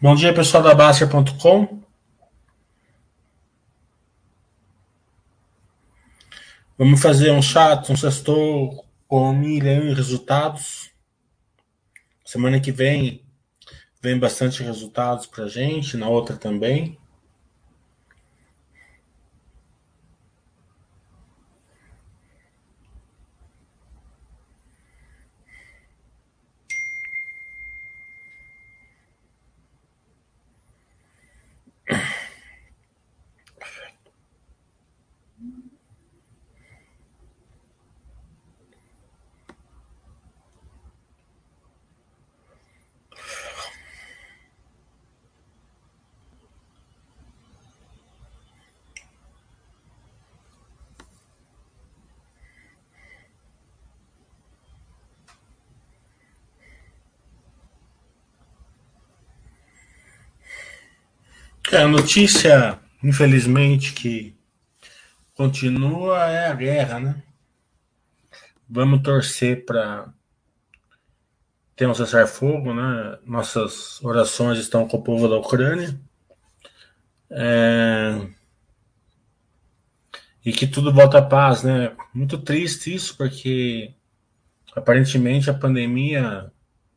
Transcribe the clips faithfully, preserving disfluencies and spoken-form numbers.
Bom dia, pessoal da Baster ponto com. Vamos fazer um chat, um sextou com milha e resultados. Semana que vem vem bastante resultados pra gente, na outra também. É, a notícia, infelizmente, que continua é a guerra, né? Vamos torcer para ter um cessar-fogo, né? Nossas orações estão com o povo da Ucrânia. É... E que tudo volta à paz, né? Muito triste isso, porque aparentemente a pandemia,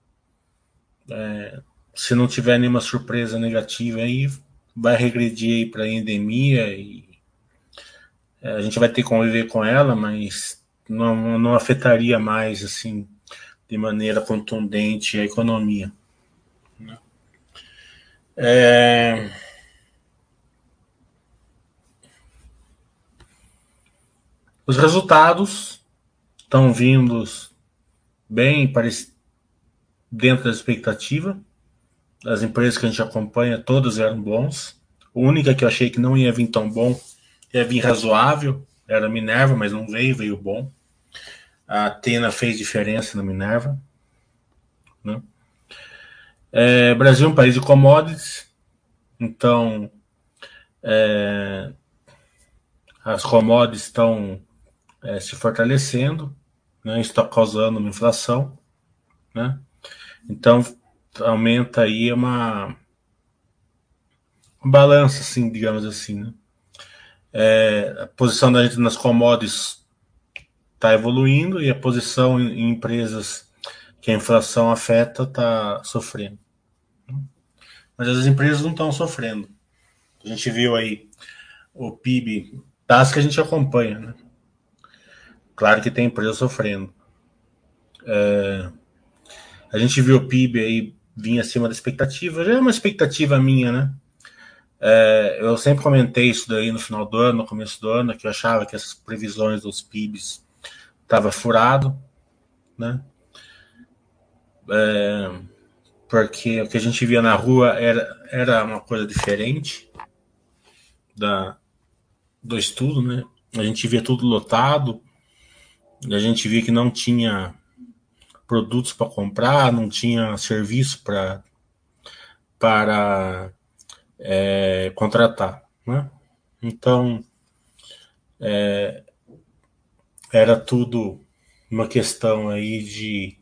se não tiver nenhuma surpresa negativa aí, vai regredir para a endemia e é, a gente vai ter que conviver com ela, mas não, não afetaria mais assim de maneira contundente a economia. É, os resultados estão vindos bem dentro da expectativa. As empresas que a gente acompanha, todas eram bons. A única que eu achei que não ia vir tão bom, ia vir razoável, era a Minerva, mas não veio, veio bom. A Atena fez diferença na Minerva. Né? É, Brasil é um país de commodities, então é, as commodities estão é, se fortalecendo, né? Isso está causando uma inflação, né? Então aumenta aí uma, uma balança, assim, digamos assim, né? É, a posição da gente nas commodities está evoluindo e a posição em, em empresas que a inflação afeta está sofrendo. Mas as empresas não estão sofrendo. A gente viu aí o P I B das que a gente acompanha, né? Claro que tem empresa sofrendo. É, a gente viu o P I B aí vir acima da expectativa, já é uma expectativa minha, né? É, eu sempre comentei isso daí no final do ano, no começo do ano, que eu achava que essas previsões dos P I Bs estavam furado, né? É, porque o que a gente via na rua era, era uma coisa diferente da, do estudo, né? A gente via tudo lotado, a gente via que não tinha produtos para comprar, não tinha serviço pra, para é, contratar, né? Então era tudo uma questão aí de,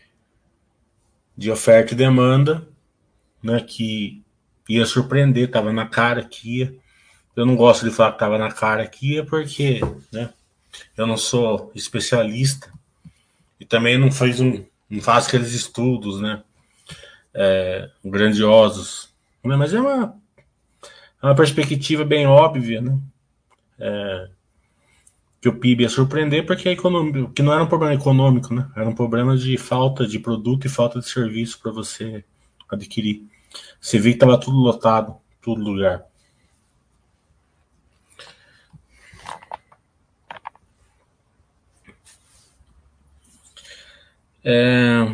de oferta e demanda, né? Que ia surpreender, estava na cara que ia. Eu não gosto de falar que estava na cara que ia, porque, né? Eu não sou especialista e também não faz um, não faço aqueles estudos, né? É, grandiosos, né? Mas é uma, é uma perspectiva bem óbvia, né? Que o P I B ia surpreender porque a economia, que não era um problema econômico, né? Era um problema de falta de produto e falta de serviço para você adquirir. Você viu que estava tudo lotado, todo lugar. É,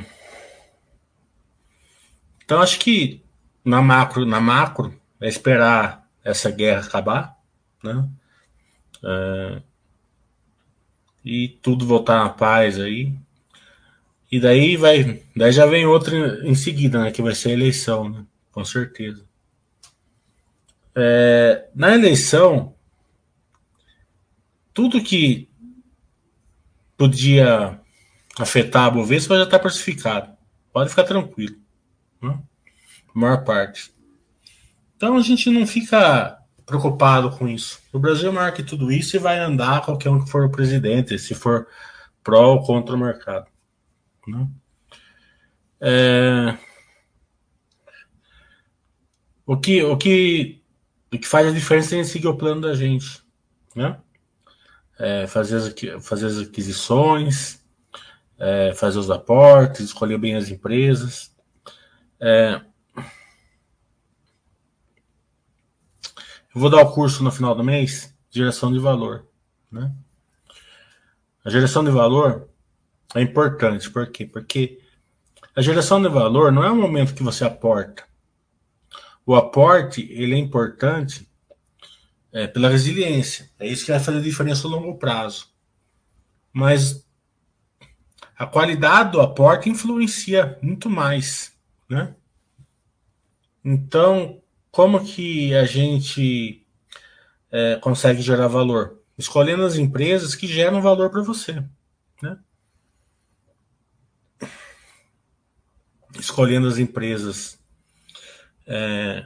então acho que na macro, na macro é esperar essa guerra acabar, né? E tudo voltar à paz aí. E daí vai, daí já vem outra em seguida, né? Que vai ser a eleição, né? Com certeza. É, na eleição, tudo que podia afetar a Bovespa já está precificado. Pode ficar tranquilo. Né? a maior parte. Então a gente não fica preocupado com isso. O Brasil marca tudo isso e vai andar qualquer um que for o presidente, se for pró ou contra o mercado. Né? É... O, que, o, que, o que faz a diferença é seguir o plano da gente. Né? É fazer, as, fazer as aquisições, é fazer os aportes, escolher bem as empresas. É... Eu vou dar o curso no final do mês de geração de valor. Né? A geração de valor é importante. Por quê? Porque a geração de valor não é o momento que você aporta. O aporte ele é importante é, pela resiliência. É isso que vai fazer a diferença a longo prazo. Mas a qualidade do aporte influencia muito mais. Né? Então, como que a gente é, consegue gerar valor? Escolhendo as empresas que geram valor para você. Né? Escolhendo as empresas é,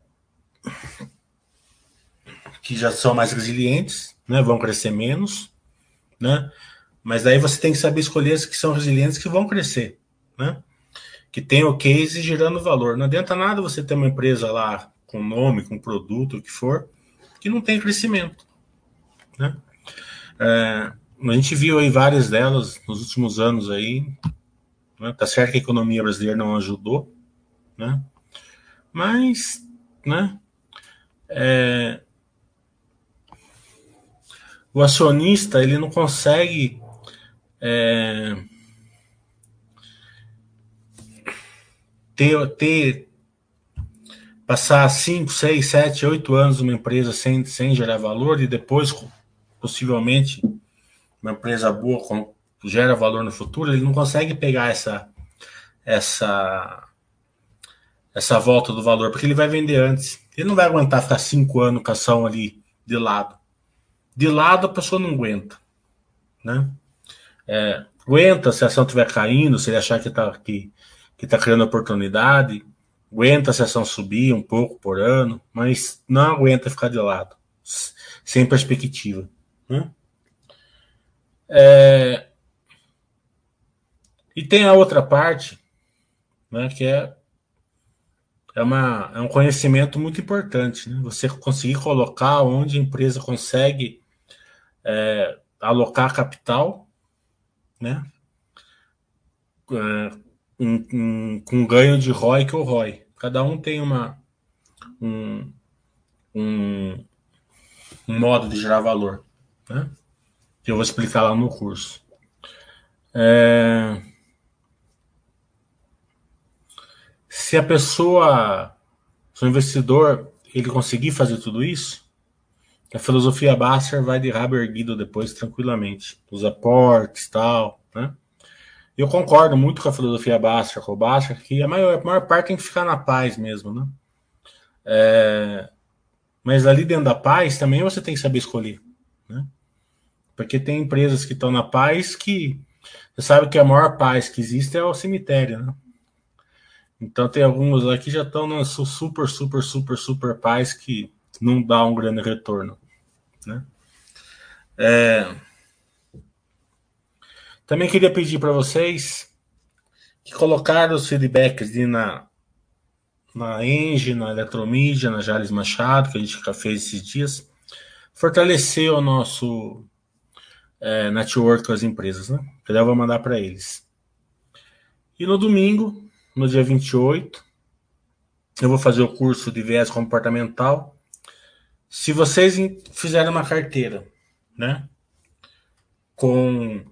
que já são mais resilientes, né? Vão crescer menos, né? Mas daí você tem que saber escolher as que são resilientes que vão crescer, né? Que tem o case gerando valor. Não adianta nada você ter uma empresa lá com nome, com produto, o que for, que não tem crescimento, né? É, a gente viu aí várias delas nos últimos anos aí, né? Tá certo que a economia brasileira não ajudou, né? Mas, né? É, o acionista ele não consegue é, ter, ter passar cinco, seis, sete, oito anos numa empresa sem, sem gerar valor e depois, possivelmente, uma empresa boa com, gera valor no futuro, ele não consegue pegar essa, essa, essa volta do valor, porque ele vai vender antes. Ele não vai aguentar ficar cinco anos com a ação ali de lado. De lado a pessoa não aguenta. Né? É, aguenta se a ação estiver caindo, se ele achar que está que, que tá criando oportunidade. Aguenta se a ação subir um pouco por ano, mas não aguenta ficar de lado, sem perspectiva. Né? É, e tem a outra parte, né, que é, é, uma, é um conhecimento muito importante. Né? Você conseguir colocar onde a empresa consegue é, alocar capital, né, é, um, um, com ganho de R O I que o R O I. Cada um tem uma, um, um, um modo de gerar valor, né? Que eu vou explicar lá no curso. É... Se a pessoa, se o investidor, ele conseguir fazer tudo isso, a filosofia Basser vai de rabo erguido depois tranquilamente. Os aportes e tal, né? Eu concordo muito com a filosofia Basser, com o Basser, que a maior, a maior parte tem que ficar na paz mesmo, né? É... Mas ali dentro da paz também você tem que saber escolher, né? Porque tem empresas que estão na paz que você sabe que a maior paz que existe é o cemitério, né? Então tem algumas lá que já estão na super, super, super, super paz que não dá um grande retorno, né? É... Também queria pedir para vocês que colocaram os feedbacks de na, na Engie, na Eletromídia, na Jales Machado, que a gente já fez esses dias, fortalecer o nosso é, network com as empresas, né? Que eu vou mandar para eles. E no domingo, no dia vinte e oito, eu vou fazer o curso de viés comportamental. Se vocês fizerem uma carteira, né, com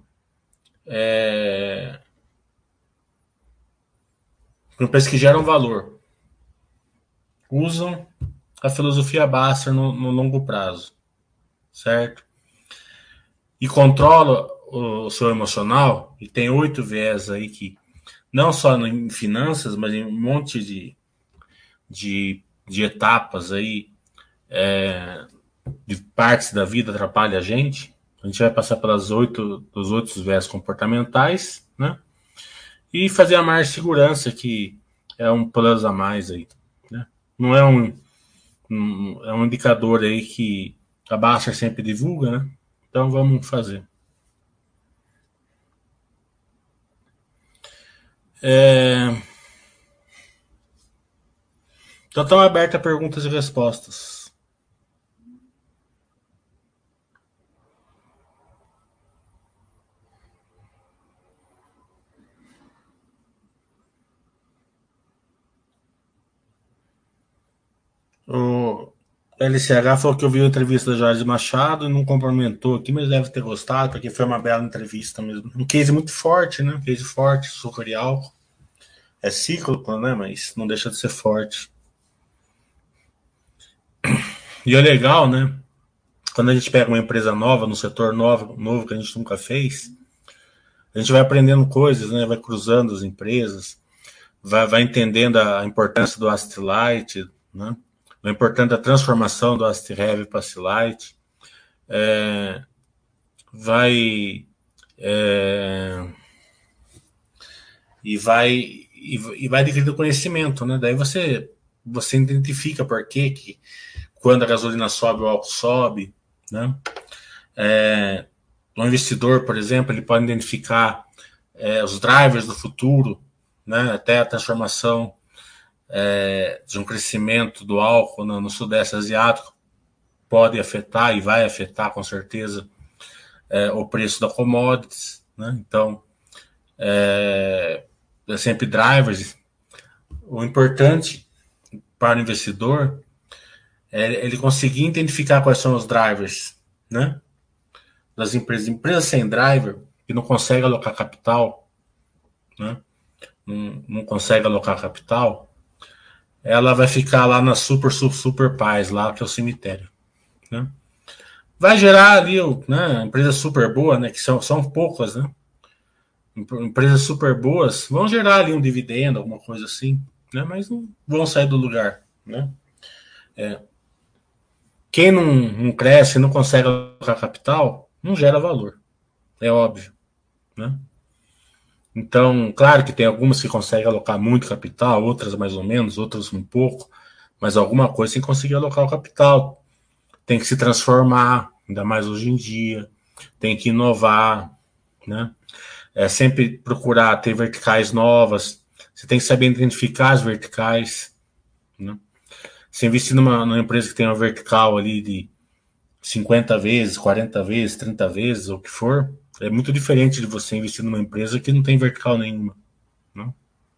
é, com empresas que geram valor, usam a filosofia Basser no, no longo prazo, certo? E controla o, o seu emocional, e tem oito viés aí que, não só em finanças, mas em um monte de, de, de etapas aí, é, de partes da vida atrapalha a gente. A gente vai passar pelas oito, dos oito viés comportamentais, né? E fazer a maior segurança que é um plus a mais aí, né? Não é um, um, é um indicador aí que a Baster sempre divulga, né? Então vamos fazer. É... Então estão abertas perguntas e respostas. O L C H falou que ouviu a entrevista da Jorge Machado e não complementou aqui, mas deve ter gostado, porque foi uma bela entrevista mesmo. Um case muito forte, né? Um case forte, açúcar e álcool. É cíclico, né? Mas não deixa de ser forte. E é legal, né? Quando a gente pega uma empresa nova, num setor novo, novo que a gente nunca fez, a gente vai aprendendo coisas, né? Vai cruzando as empresas, vai, vai entendendo a importância do Asset Light, né? O importante da transformação do Asset Heavy para Asset Light. É, vai é, e vai e, e vai adquirindo conhecimento, né? Daí você você identifica por que que quando a gasolina sobe o álcool sobe, né? É, o investidor, por exemplo, ele pode identificar é, os drivers do futuro, né? Até a transformação é, de um crescimento do álcool no, no Sudeste Asiático pode afetar e vai afetar com certeza é, o preço da commodities, né? Então é, é sempre drivers. O importante para o investidor é ele conseguir identificar quais são os drivers, né? Das empresas. Empresas sem driver, que não consegue alocar capital, né? Não, não consegue alocar capital, ela vai ficar lá na super, super, super paz, lá que é o cemitério, né? Vai gerar ali, né, empresas super boas, né, que são, são poucas, né? Empresas super boas vão gerar ali um dividendo, alguma coisa assim, né? Mas não vão sair do lugar, né? É, quem não, não cresce, não consegue alocar capital, não gera valor, é óbvio, né? Então, claro que tem algumas que conseguem alocar muito capital, outras mais ou menos, outras um pouco, mas alguma coisa tem que conseguir alocar o capital. Tem que se transformar, ainda mais hoje em dia, tem que inovar, né? É sempre procurar ter verticais novas. Você tem que saber identificar as verticais, né? Se investir numa, numa empresa que tem uma vertical ali de cinquenta vezes, quarenta vezes, trinta vezes, ou o que for, é muito diferente de você investir numa empresa que não tem vertical nenhuma, né?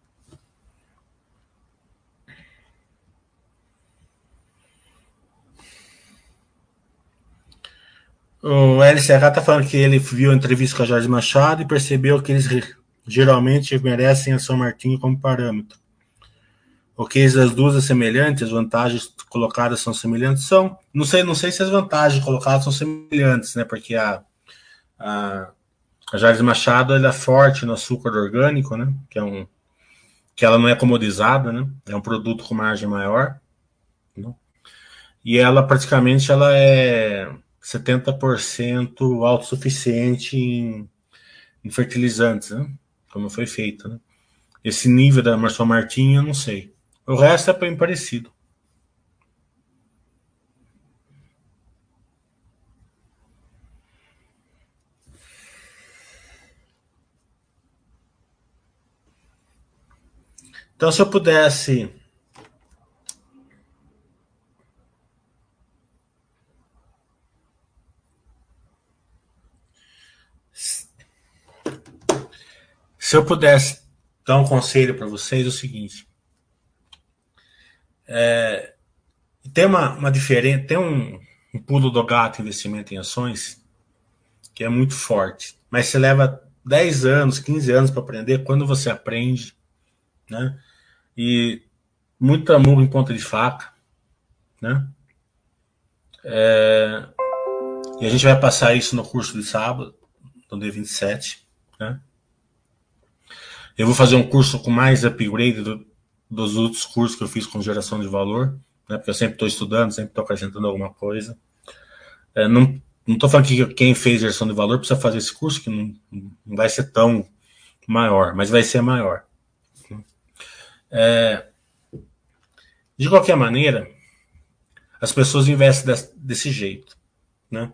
O L C H está falando que ele viu a entrevista com a Jorge Machado e percebeu que eles geralmente merecem a São Martinho como parâmetro. O case das duas é semelhante, as vantagens colocadas são semelhantes? São. Não sei, não sei se as vantagens colocadas são semelhantes, né? Porque a, a, a Jardim Machado ela é forte no açúcar orgânico, né? Que, é um, que ela não é comodizada, né? É um produto com margem maior. Né? E ela praticamente ela é setenta por cento autossuficiente em, em fertilizantes, né? Como foi feito, né? Esse nível da Marçal Martin eu não sei. O resto é bem parecido. Então, se eu pudesse. Se eu pudesse dar um conselho para vocês, é o seguinte: tem uma, uma diferença, tem um, um pulo do gato investimento em ações que é muito forte, mas você leva dez anos, quinze anos para aprender. Quando você aprende, né? E muita murro em ponta de faca, né? E a gente vai passar isso no curso de sábado, no D vinte e sete, né? Eu vou fazer um curso com mais upgrade do, dos outros cursos que eu fiz com geração de valor, né? Porque eu sempre estou estudando, sempre estou acrescentando alguma coisa. É, não não estou falando que quem fez geração de valor precisa fazer esse curso, que não, não vai ser tão maior, mas vai ser maior. De qualquer maneira, as pessoas investem desse, desse jeito, né?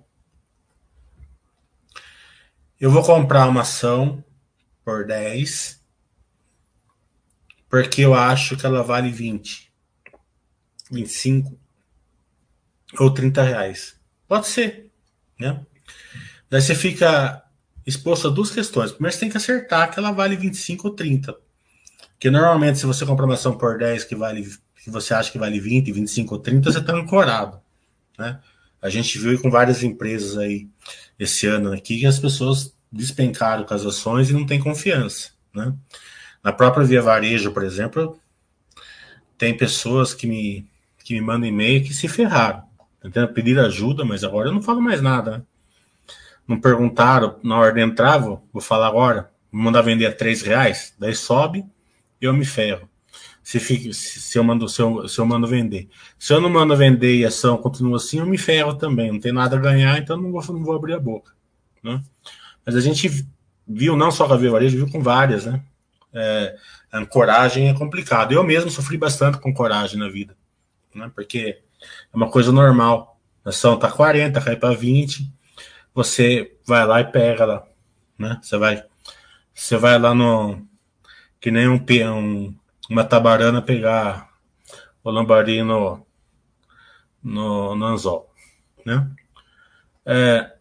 Eu vou comprar uma ação por dez porque eu acho que ela vale vinte, vinte e cinco ou trinta reais. Pode ser, né? Daí você fica exposto a duas questões. Primeiro, você tem que acertar que ela vale vinte e cinco ou trinta. Porque normalmente, se você comprar uma ação por dez que vale, que você acha que vale vinte, vinte e cinco ou trinta, você está ancorado, né? A gente viu com várias empresas aí esse ano aqui que as pessoas despencaram com as ações e não tem confiança, né? Na própria Via Varejo, por exemplo, tem pessoas que me, que me mandam e-mail que se ferraram. Tentando pedir ajuda, mas agora eu não falo mais nada, né? Não perguntaram na hora de entrar, vou, vou falar agora. Vou mandar vender a três reais, daí sobe e eu me ferro. Se, fica, se, se, eu mando, se, eu, se eu mando vender. Se eu não mando vender e a ação continua assim, eu me ferro também. Não tem nada a ganhar, então não vou, não vou abrir a boca, né? Mas a gente viu, não só com a Via Varejo, viu com várias, né? É, a ancoragem é complicado. Eu mesmo sofri bastante com coragem na vida, né? Porque é uma coisa normal. A ação tá quarenta, cai para vinte, você vai lá e pega lá, né? Você vai, você vai lá no, que nem um, um uma tabarana pegar o lambari no, no, no anzol, né? É,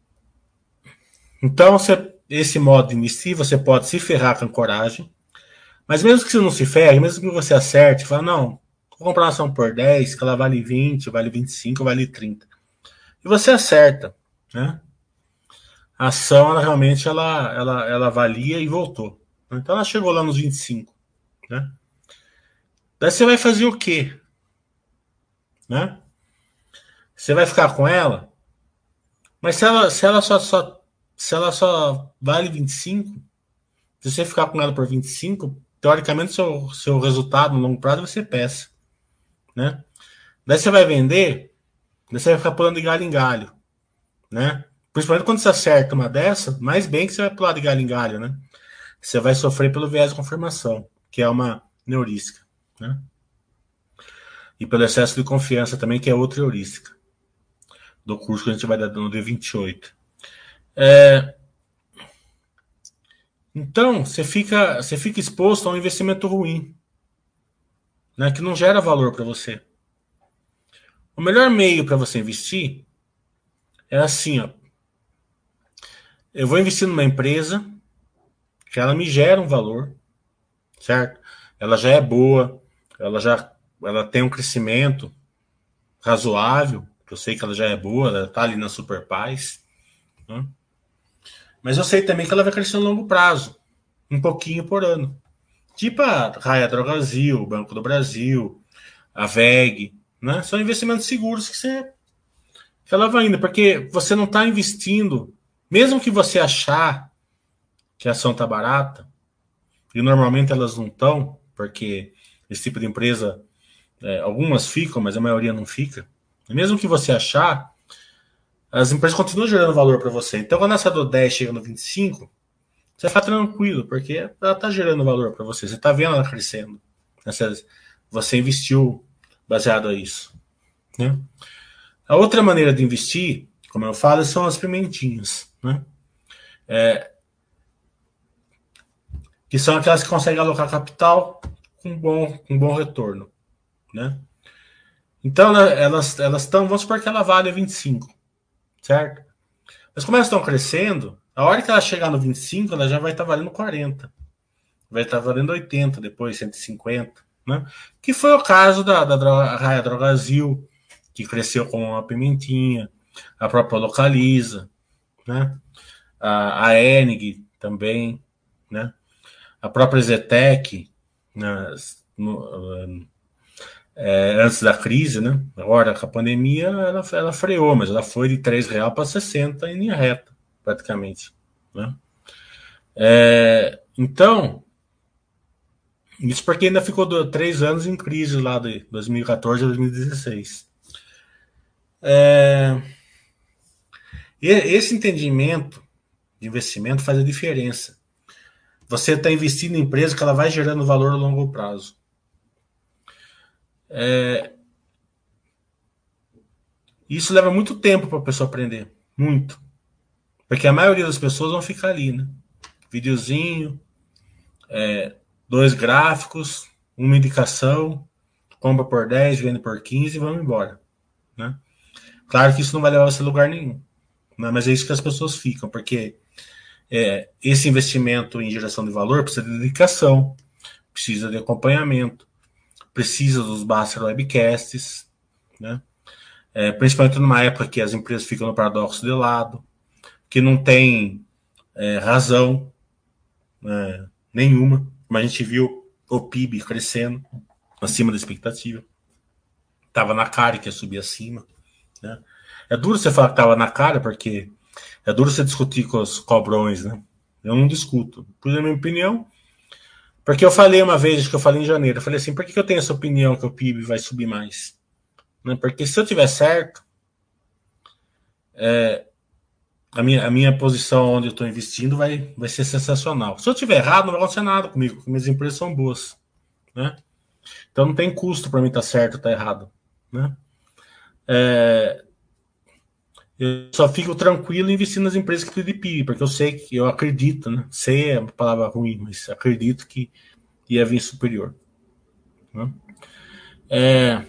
então, você, esse modo de investir, você pode se ferrar com a coragem, mas mesmo que você não se ferre, mesmo que você acerte, fala, não, vou comprar uma ação por dez, que ela vale vinte, vale vinte e cinco, vale trinta. E você acerta, né? A ação, ela realmente, ela, ela, ela valia e voltou. Então, ela chegou lá nos vinte e cinco, né? Daí você vai fazer o quê? Né? Você vai ficar com ela? Mas se ela, se ela só, só, se ela só vale vinte e cinco, se você ficar com ela por vinte e cinco, teoricamente seu, seu resultado no longo prazo vai ser péssimo, né? Daí você vai vender, daí você vai ficar pulando de galho em galho, né? Principalmente quando você acerta uma dessa, mais bem que você vai pular de galho em galho, né? Você vai sofrer pelo viés de confirmação, que é uma neurística, né? E pelo excesso de confiança também, que é outra heurística, do curso que a gente vai dar no dia vinte e oito. É, então, você fica, você fica exposto a um investimento ruim, né, que não gera valor para você. O melhor meio para você investir é assim, ó. Eu vou investir numa empresa que ela me gera um valor, certo? Ela já é boa, ela já ela tem um crescimento razoável, que eu sei que ela já é boa, ela está ali na Super Paz, né? Mas eu sei também que ela vai crescer no longo prazo, um pouquinho por ano. Tipo a Raia Drogasil, o Banco do Brasil, a V E G, né? São investimentos seguros que você que ela vai indo, porque você não está investindo, mesmo que você achar que a ação está barata, e normalmente elas não estão, porque esse tipo de empresa, é, algumas ficam, mas a maioria não fica. E mesmo que você achar, as empresas continuam gerando valor para você. Então, quando essa do dez chega no vinte e cinco, você fica tranquilo, porque ela está gerando valor para você. Você está vendo ela crescendo. Você investiu baseado a isso, né? A outra maneira de investir, como eu falo, são as pimentinhas, né? Que são aquelas que conseguem alocar capital com bom, com bom retorno, né? Então, elas elas estão, vamos supor que ela vale vinte e cinco, certo? Mas como elas estão crescendo, a hora que ela chegar no vinte e cinco, ela já vai estar valendo quarenta, vai estar valendo oitenta, depois cento e cinquenta, né? Que foi o caso da, da Raia Drogasil, que cresceu com a pimentinha, a própria Localiza, né? A, a Enig também, né? A própria Zetec, né? No, é, antes da crise, né? Agora, com a pandemia, ela, ela freou, mas ela foi de três reais para sessenta em linha reta, praticamente, né? É, então, isso porque ainda ficou do, três anos em crise lá de dois mil e quatorze a dois mil e dezesseis. É, e esse entendimento de investimento faz a diferença. Você está investindo em empresa que ela vai gerando valor a longo prazo. Isso leva muito tempo para a pessoa aprender. Muito. Porque a maioria das pessoas vão ficar ali, né? Videozinho, dois gráficos, uma indicação, compra por dez, vende por quinze e vamos embora. Né? Claro que isso não vai levar você a lugar nenhum. Né? Mas é isso que as pessoas ficam, porque é, esse investimento em geração de valor precisa de dedicação, precisa de acompanhamento, precisa dos Master Webcasts, né? É, principalmente numa época que as empresas ficam no paradoxo de lado, que não tem é, razão é, nenhuma, mas a gente viu o P I B crescendo acima da expectativa. Tava na cara que ia subir acima. Né? É duro você falar que tava na cara, porque é duro você discutir com os cobrões, né? Eu não discuto. Por a minha opinião, porque eu falei uma vez, acho que eu falei em janeiro, eu falei assim, por que eu tenho essa opinião que o P I B vai subir mais? Né? Porque se eu tiver certo, a minha, a minha posição onde eu estou investindo vai, vai ser sensacional. Se eu tiver errado, não vai acontecer nada comigo, porque minhas empresas são boas. Né? Então não tem custo para mim estar certo ou estar errado. Né? É, eu só fico tranquilo investindo nas empresas que têm P I B, porque eu sei que eu acredito, né? Sei é uma palavra ruim, mas acredito que ia vir superior. Né? É,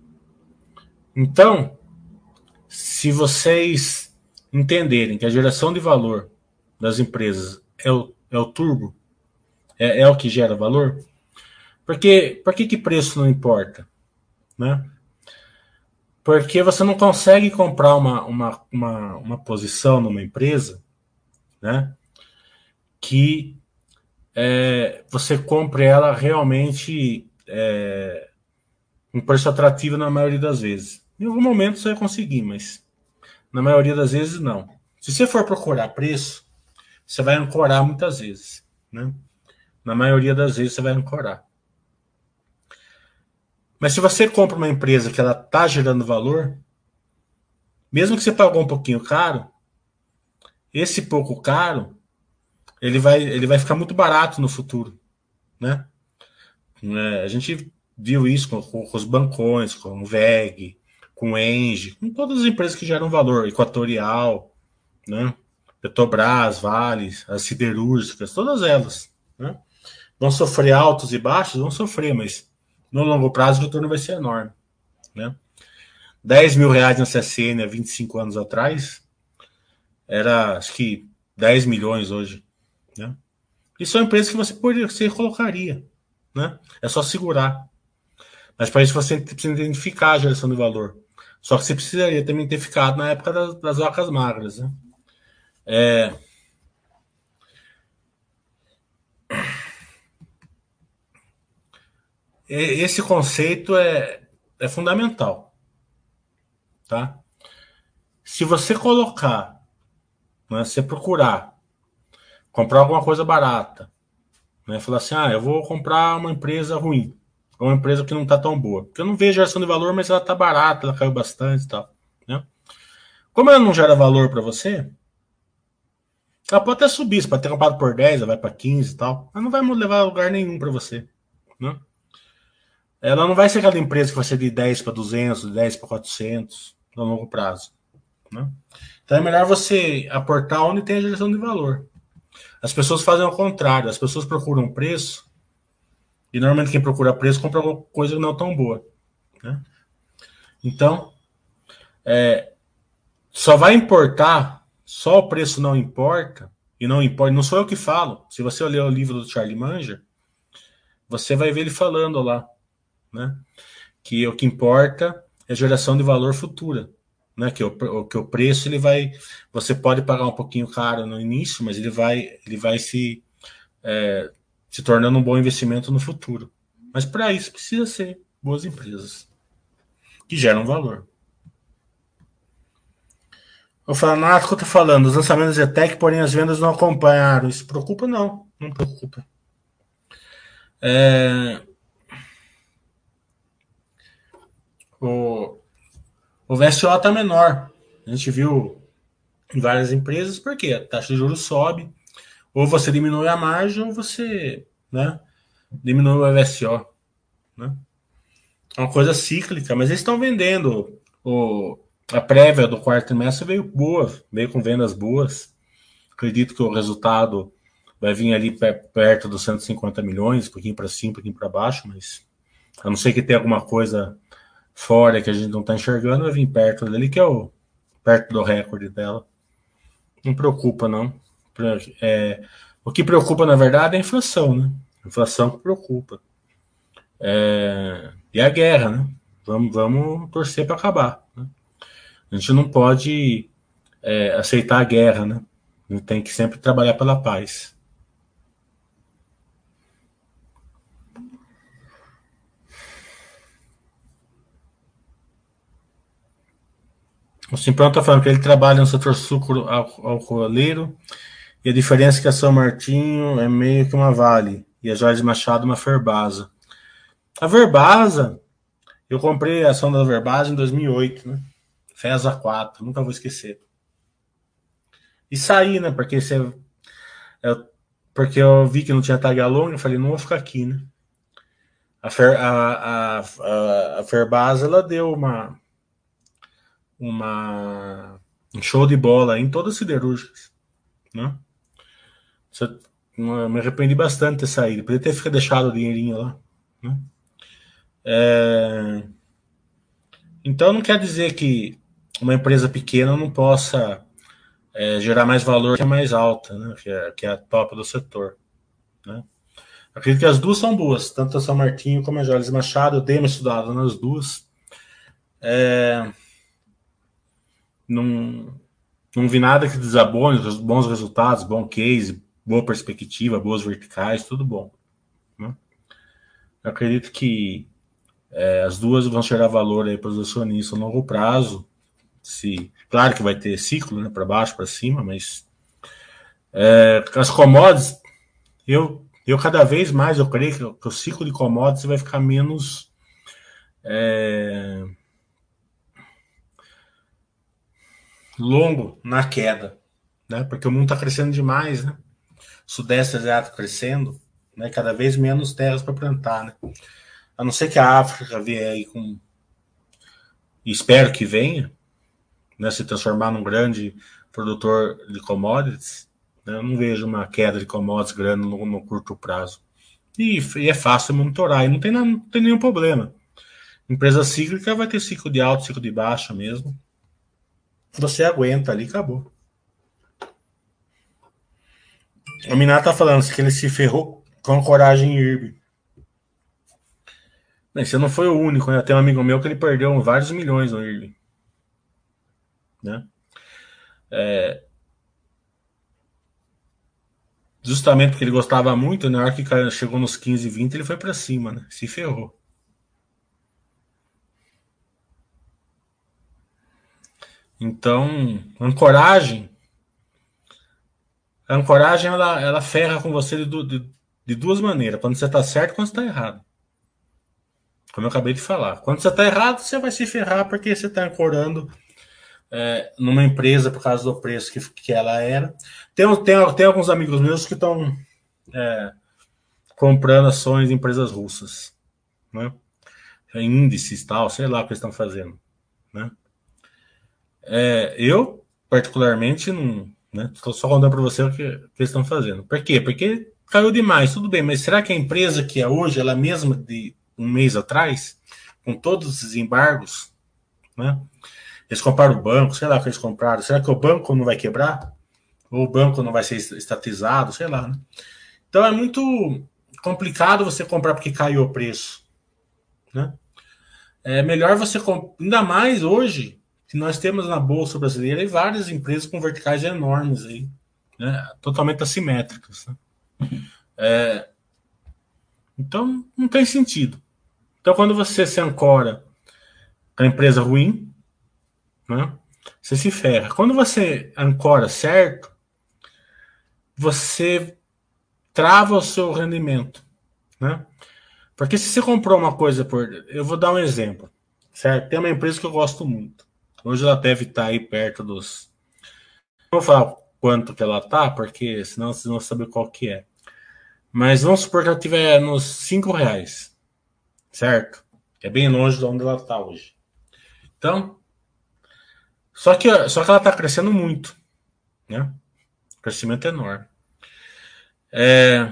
então, se vocês entenderem que a geração de valor das empresas é o, é o turbo, é, é o que gera valor, porque por que, que preço não importa? Né? Porque você não consegue comprar uma, uma, uma, uma posição numa empresa, né, que é, você compre ela realmente é, um preço atrativo na maioria das vezes. Em algum momento você vai conseguir, mas na maioria das vezes não. Se você for procurar preço, você vai ancorar muitas vezes. Né? Na maioria das vezes você vai ancorar. Mas se você compra uma empresa que ela está gerando valor, mesmo que você pagou um pouquinho caro, esse pouco caro, ele vai, ele vai ficar muito barato no futuro. Né? É, a gente viu isso com, com, com os bancões, com o V E G, com o Engie, com todas as empresas que geram valor, Equatorial, né? Petrobras, Vale, as siderúrgicas, todas elas. Né? Vão sofrer altos e baixos? Vão sofrer, mas no longo prazo o retorno vai ser enorme. Né? dez mil reais na C S N há vinte e cinco anos atrás era, acho que, dez milhões hoje. Né? E são empresas que você, poderia, você colocaria. Né? É só segurar. Mas para isso você precisa identificar a geração de valor. Só que você precisaria também ter ficado na época das, das vacas magras. Né? É, esse conceito é, é fundamental. Tá? Se você colocar, né, se você procurar comprar alguma coisa barata, né, falar assim, ah, eu vou comprar uma empresa ruim, uma empresa que não está tão boa, porque eu não vejo geração de valor, mas ela está barata, ela caiu bastante e tal. Né? Como ela não gera valor para você, ela pode até subir, você pode ter comprado por dez, ela vai para quinze e tal, mas não vai levar a lugar nenhum para você. Né? Ela não vai ser aquela empresa que vai ser de dez para duzentos, de dez para quatrocentos no longo prazo. Né? Então é melhor você aportar onde tem a geração de valor. As pessoas fazem ao contrário, as pessoas procuram preço e normalmente quem procura preço compra alguma coisa não tão boa. Né? Então, só vai importar, só o preço não importa, e não importa, não sou eu que falo. Se você ler o livro do Charlie Munger, você vai ver ele falando lá, né? Que o que importa é geração de valor futura. Né, que, o, que o preço ele vai, você pode pagar um pouquinho caro no início, mas ele vai, ele vai se, é, se tornando um bom investimento no futuro. Mas para isso precisa ser boas empresas que geram valor. O Fanático está falando, os lançamentos de tech, porém as vendas não acompanharam. Isso preocupa? Não, não preocupa. É, o, o V S O está menor. A gente viu em várias empresas, porque a taxa de juros sobe, ou você diminui a margem, ou você, né, diminui o V S O. Né? É uma coisa cíclica, mas eles estão vendendo. O, a prévia do quarto trimestre veio boa, veio com vendas boas. Acredito que o resultado vai vir ali perto dos cento e cinquenta milhões, um pouquinho para cima, um pouquinho para baixo, mas a não ser que tenha alguma coisa fora que a gente não está enxergando, vai vir perto dele, que é o perto do recorde dela. Não preocupa, não. É, o que preocupa, na verdade, é a inflação, né? A inflação que preocupa. É, e a guerra, né? Vamos, vamos torcer para acabar. Né? A gente não pode é, aceitar a guerra, né? A gente tem que sempre trabalhar pela paz. O Simprão está falando que ele trabalha no setor sucro alcooleiro e a diferença é que a São Martinho é meio que uma Vale e a Jorge Machado uma Ferbasa. A Verbasa, eu comprei a ação da Verbasa em dois mil e oito, né? FESA quatro, nunca vou esquecer. E saí, né? Porque, você, eu, porque eu vi que não tinha tag along, eu falei, não vou ficar aqui, né? A, Fer, a, a, a Ferbasa, ela deu uma, uma um show de bola em todas as siderúrgicas, né? Você, me arrependi bastante de ter saído. Podia ter ficado deixado o dinheirinho lá, né? É, então não quer dizer que uma empresa pequena não possa é, gerar mais valor que é mais alta, né? Que é, que é a top do setor, né? Acredito que as duas são boas, tanto a São Martinho como a Joles Machado. Eu dei uma estudada nas duas. É, não, não vi nada que desabone, bons resultados, bom case, boa perspectiva, boas verticais, tudo bom. Né? Eu acredito que é, as duas vão gerar valor aí para os acionistas a longo prazo. Se, claro que vai ter ciclo, né, para baixo, para cima, mas é, as commodities, eu, eu cada vez mais eu creio que, que o ciclo de commodities vai ficar menos é, longo na queda, né? Porque o mundo está crescendo demais, né? Sudeste asiático crescendo, né? Cada vez menos terras para plantar, né? A não ser que a África venha aí com, e espero que venha, né? Se transformar num grande produtor de commodities, né? Eu não vejo uma queda de commodities grande no, no curto prazo. E, e, é fácil monitorar, e não tem, não tem nenhum problema. Empresa cíclica vai ter ciclo de alto, ciclo de baixa mesmo. Você aguenta ali, acabou. O Minato tá falando que ele se ferrou com coragem em I R B. Você não foi o único, né? Tem um amigo meu que ele perdeu vários milhões no I R B. Né? É, justamente porque ele gostava muito, na hora que chegou nos quinze, vinte, ele foi para cima, né? Se ferrou. Então, ancoragem. A ancoragem ela, ela ferra com você de, de, de duas maneiras: quando você está certo e quando você está errado. Como eu acabei de falar. Quando você está errado, você vai se ferrar porque você está ancorando é, numa empresa por causa do preço que, que ela era. Tem, tem, tem alguns amigos meus que estão é, comprando ações de empresas russas, né? Índices tal, sei lá o que eles estão fazendo, né? É, eu, particularmente, não. Né? Estou só contando para você o que, o que eles estão fazendo. Por quê? Porque caiu demais, tudo bem, mas será que a empresa que é hoje, ela mesma de um mês atrás, com todos esses embargos, né? Eles compraram o banco, sei lá o que eles compraram. Será que o banco não vai quebrar? Ou o banco não vai ser estatizado? Sei lá, né? Então é muito complicado você comprar porque caiu o preço, né? É melhor você comprar, ainda mais hoje, que nós temos na Bolsa Brasileira e várias empresas com verticais enormes aí, né? Totalmente assimétricas. Né? É, então não tem sentido. Então quando você se ancora com a empresa ruim, né? Você se ferra. Quando você ancora certo, você trava o seu rendimento, né? Porque se você comprou uma coisa por... Eu vou dar um exemplo, certo? Tem uma empresa que eu gosto muito. Hoje ela deve estar aí perto dos... Não vou falar quanto que ela tá, porque senão vocês vão saber qual que é. Mas vamos supor que ela estiver nos cinco reais, certo? É bem longe de onde ela está hoje. Então, só que, só que ela está crescendo muito, né? Crescimento enorme. É,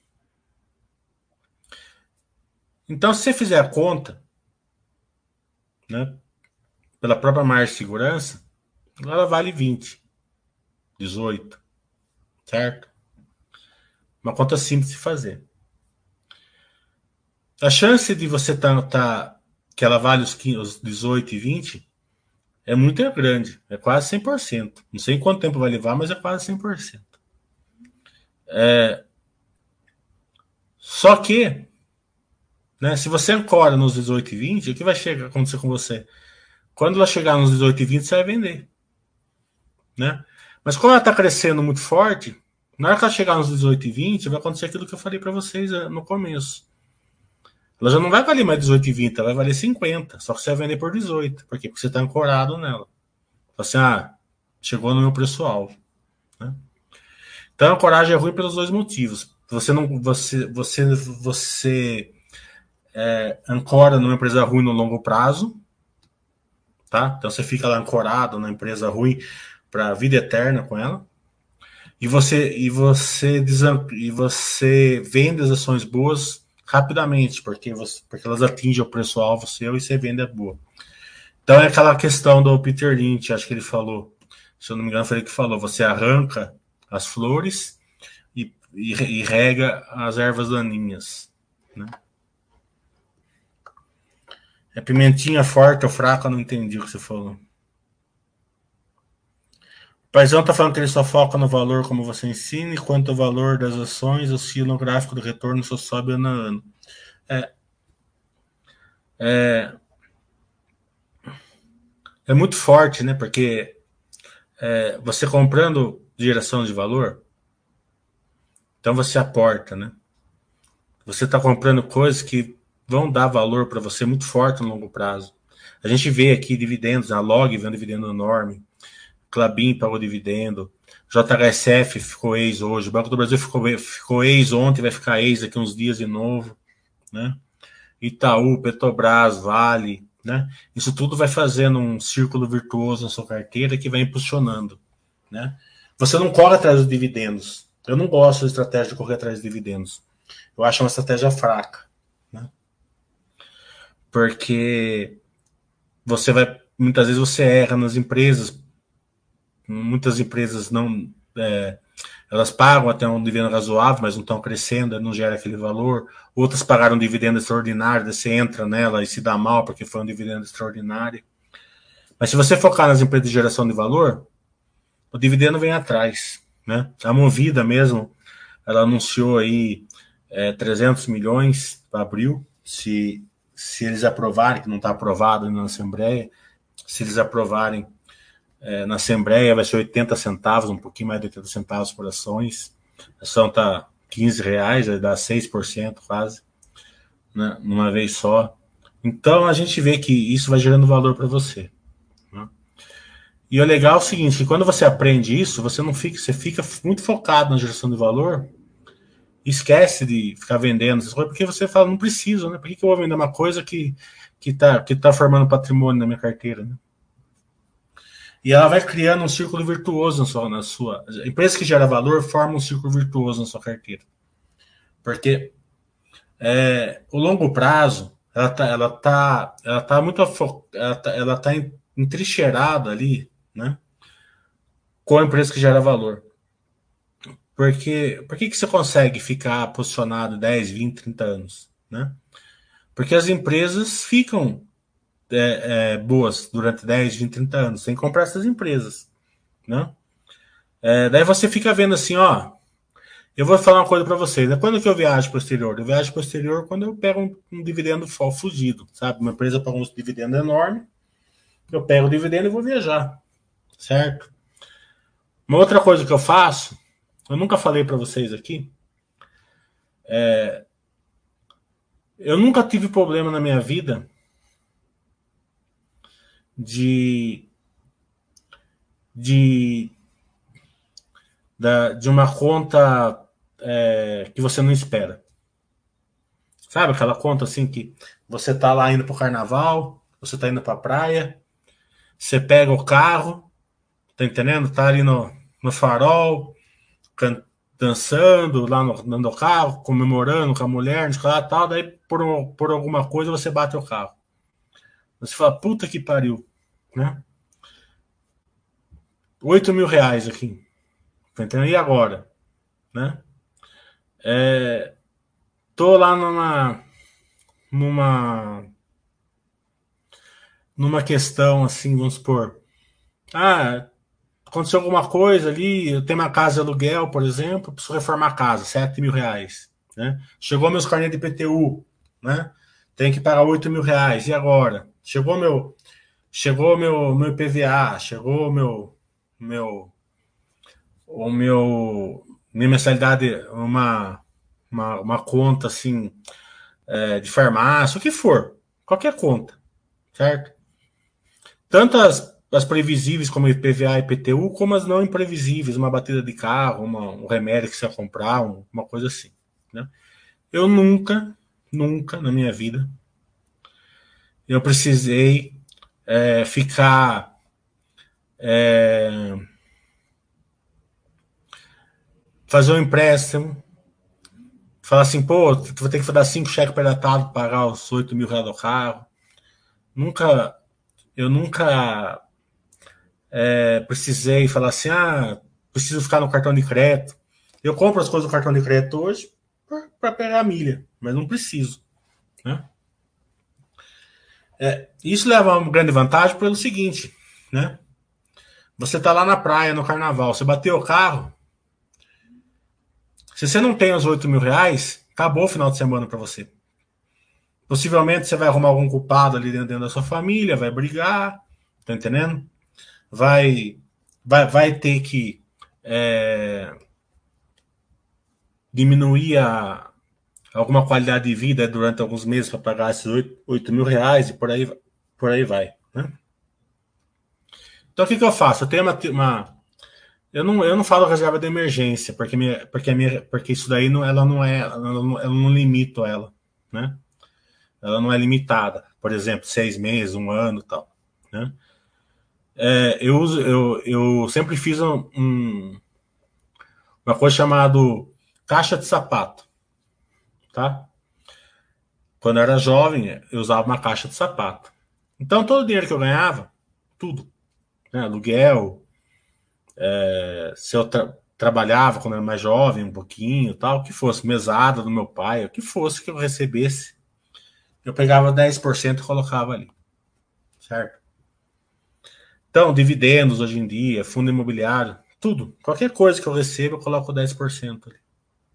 então, se você fizer a conta, né, pela própria margem de segurança, ela vale vinte, dezoito, certo? Uma conta simples de fazer. A chance de você tá, tá que ela vale os, quinze, os dezoito e vinte é muito grande, é quase cem por cento. Não sei quanto tempo vai levar, mas é quase cem por cento. É, só que, né, se você ancora nos dezoito e vinte, o que vai chegar, acontecer com você? Quando ela chegar nos dezoito e vinte, você vai vender, né? Mas como ela está crescendo muito forte, na hora que ela chegar nos dezoito e vinte, vai acontecer aquilo que eu falei para vocês eh, no começo. Ela já não vai valer mais dezoito e vinte, ela vai valer cinquenta. Só que você vai vender por dezoito. Por quê? Porque você está ancorado nela. Assim, ah, chegou no meu preço-alvo. Né? Então a ancoragem é ruim pelos dois motivos. Você não, você, você, você é, ancora numa empresa ruim no longo prazo, tá? Então você fica lá ancorado na empresa ruim para a vida eterna com ela. E você e você e você vende as ações boas rapidamente, porque você, porque elas atingem o preço alvo seu e você vende a boa. Então é aquela questão do Peter Lynch, acho que ele falou, se eu não me engano foi ele que falou, você arranca as flores e, e, e rega as ervas daninhas, né? É pimentinha forte ou fraca, eu não entendi o que você falou. O paizão tá falando que ele só foca no valor como você ensina, enquanto o valor das ações oscila no gráfico do retorno, só sobe ano a ano. É, é, é muito forte, né? Porque é, você comprando geração de valor, então você aporta, né? Você está comprando coisas que vão dar valor para você muito forte no longo prazo. A gente vê aqui dividendos, a Log vendo dividendo enorme, Clabin pagou dividendo, J H S F ficou ex hoje, o Banco do Brasil ficou, ficou ex ontem, vai ficar ex daqui uns dias de novo, né? Itaú, Petrobras, Vale, né? Isso tudo vai fazendo um círculo virtuoso na sua carteira que vai impulsionando, né? Você não corre atrás dos dividendos. Eu não gosto da estratégia de correr atrás dos dividendos. Eu acho uma estratégia fraca, né? Porque você vai, muitas vezes você erra nas empresas, muitas empresas não, é, elas pagam até um dividendo razoável, mas não estão crescendo, não gera aquele valor. Outras pagaram um dividendo extraordinário, você entra nela e se dá mal porque foi um dividendo extraordinário. Mas se você focar nas empresas de geração de valor, o dividendo vem atrás, né? A Movida mesmo, ela anunciou aí é, trezentos milhões para abril, se, se eles aprovarem, que não está aprovado ainda na Assembleia, se eles aprovarem é, na Assembleia vai ser oitenta centavos, um pouquinho mais de oitenta centavos por ações. A ação está quinze reais, vai dar seis por cento quase, né, numa vez só. Então a gente vê que isso vai gerando valor para você. Né? E o legal é o seguinte, que quando você aprende isso, você não fica, você fica muito focado na geração de valor, esquece de ficar vendendo essas coisas, porque você fala, não preciso, né? Por que, que eu vou vender uma coisa que, que, tá, que tá formando patrimônio na minha carteira, né? E ela vai criando um círculo virtuoso na sua, na sua. A empresa que gera valor forma um círculo virtuoso na sua carteira. Porque é, o longo prazo, ela tá, ela tá, ela tá muito ela tá, ela tá entrincheirada ali, né? Com a empresa que gera valor. Porque por que, que você consegue ficar posicionado dez, vinte, trinta anos, né? Porque as empresas ficam é, é, boas durante dez, vinte, trinta anos, sem comprar essas empresas, né? É, daí você fica vendo assim, ó, eu vou falar uma coisa para vocês, né? Quando que eu viajo para o exterior? Eu viajo para o exterior quando eu pego um, um dividendo fugido, sabe? Uma empresa paga um dividendo enorme, eu pego o dividendo e vou viajar, certo? Uma outra coisa que eu faço, eu nunca falei para vocês aqui, eu nunca tive problema na minha vida de de da, de uma conta é, que você não espera. Sabe aquela conta assim que você tá lá indo pro carnaval, você tá indo pra praia, você pega o carro, tá entendendo? Tá ali no, no farol, can- dançando lá no, no carro, comemorando com a mulher, não sei o que lá, tal, daí por, um- por alguma coisa você bate o carro. Você fala, puta que pariu, né? Oito mil reais aqui, tá entendendo? E agora, né? É, tô lá numa, numa, numa questão assim, vamos supor, ah, aconteceu alguma coisa ali, eu tenho uma casa de aluguel, por exemplo, preciso reformar a casa, sete mil reais, né? Chegou meus carnês de I P T U, né? Tem que pagar oito mil reais, e agora? Chegou meu, chegou meu, meu I P V A, chegou meu, meu, o meu, minha mensalidade, uma, uma, uma conta assim, é, de farmácia, o que for, qualquer conta, certo? Tanto as, as previsíveis como I P V A e I P T U, como as não imprevisíveis, uma batida de carro, uma, um remédio que você vai comprar, um, uma coisa assim, né? Eu nunca, nunca na minha vida, eu precisei é, ficar é, fazer um empréstimo, falar assim, pô, tu vai ter que dar cinco cheques predatados para pagar os oito mil reais do carro. Nunca, eu nunca é, precisei falar assim, ah, preciso ficar no cartão de crédito. Eu compro as coisas do cartão de crédito hoje para pegar a milha, mas não preciso. Né? Isso leva a uma grande vantagem pelo seguinte, né? Você tá lá na praia, no carnaval, você bateu o carro, se você não tem os oito mil reais, acabou o final de semana para você. Possivelmente você vai arrumar algum culpado ali dentro, dentro da sua família, vai brigar, tá entendendo? Vai, vai, vai ter que é, diminuir a, alguma qualidade de vida durante alguns meses para pagar esses oito mil reais e por aí, por aí vai. Né? Então o que, que eu faço? Eu tenho uma, uma. eu, não, eu não falo reserva de emergência, porque, minha, porque, minha, porque isso daí não, ela não é. Ela não, eu não limito ela. Né? Ela não é limitada. Por exemplo, seis meses, um ano e tal. Né? É, eu, uso, eu, eu sempre fiz um, um, uma coisa chamada caixa de sapato. Tá? Quando eu era jovem, eu usava uma caixa de sapato. Então, todo o dinheiro que eu ganhava, tudo, né, aluguel, é, se eu tra trabalhava quando eu era mais jovem, um pouquinho, tal, o que fosse, mesada do meu pai, o que fosse que eu recebesse, eu pegava dez por cento e colocava ali, certo? Então, dividendos hoje em dia, fundo imobiliário, tudo, qualquer coisa que eu recebo, eu coloco dez por cento ali.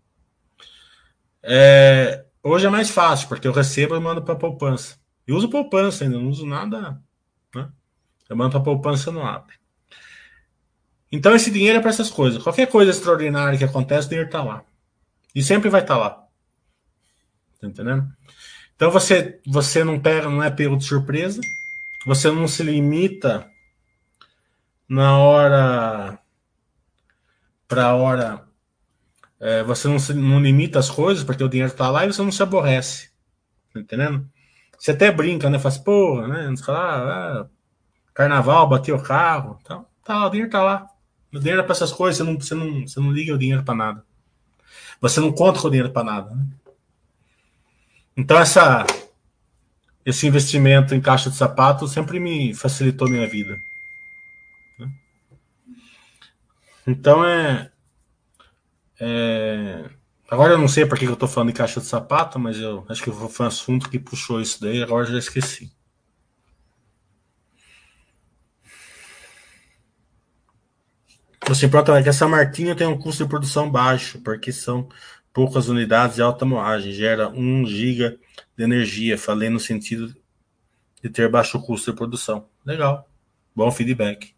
É, hoje é mais fácil, porque eu recebo e mando para poupança. E uso poupança ainda, não uso nada, né? Eu mando para poupança no app. Então esse dinheiro é para essas coisas. Qualquer coisa extraordinária que acontece, o dinheiro está lá. E sempre vai estar tá lá. Tá entendendo? Então você, você não pega, não é pego de surpresa. Você não se limita na hora para a hora. É, você não, se, não limita as coisas porque o dinheiro está lá e você não se aborrece. Tá entendendo? Você até brinca, né? Faz, porra, né? Não sei lá, ah, carnaval, bateu o carro. Então, tá lá, o dinheiro tá lá. O dinheiro é para essas coisas, você não, você, não, você não liga o dinheiro para nada. Você não conta com o dinheiro para nada. Né? Então essa, esse investimento em caixa de sapato sempre me facilitou a minha vida. Então é, é. Agora eu não sei por que eu estou falando em caixa de sapato, mas eu acho que foi um assunto que puxou isso daí, agora eu já esqueci. Você importa que essa marquinha tem um custo de produção baixo, porque são poucas unidades de alta moagem, gera um giga de energia. Falei no sentido de ter baixo custo de produção. Legal. Bom feedback.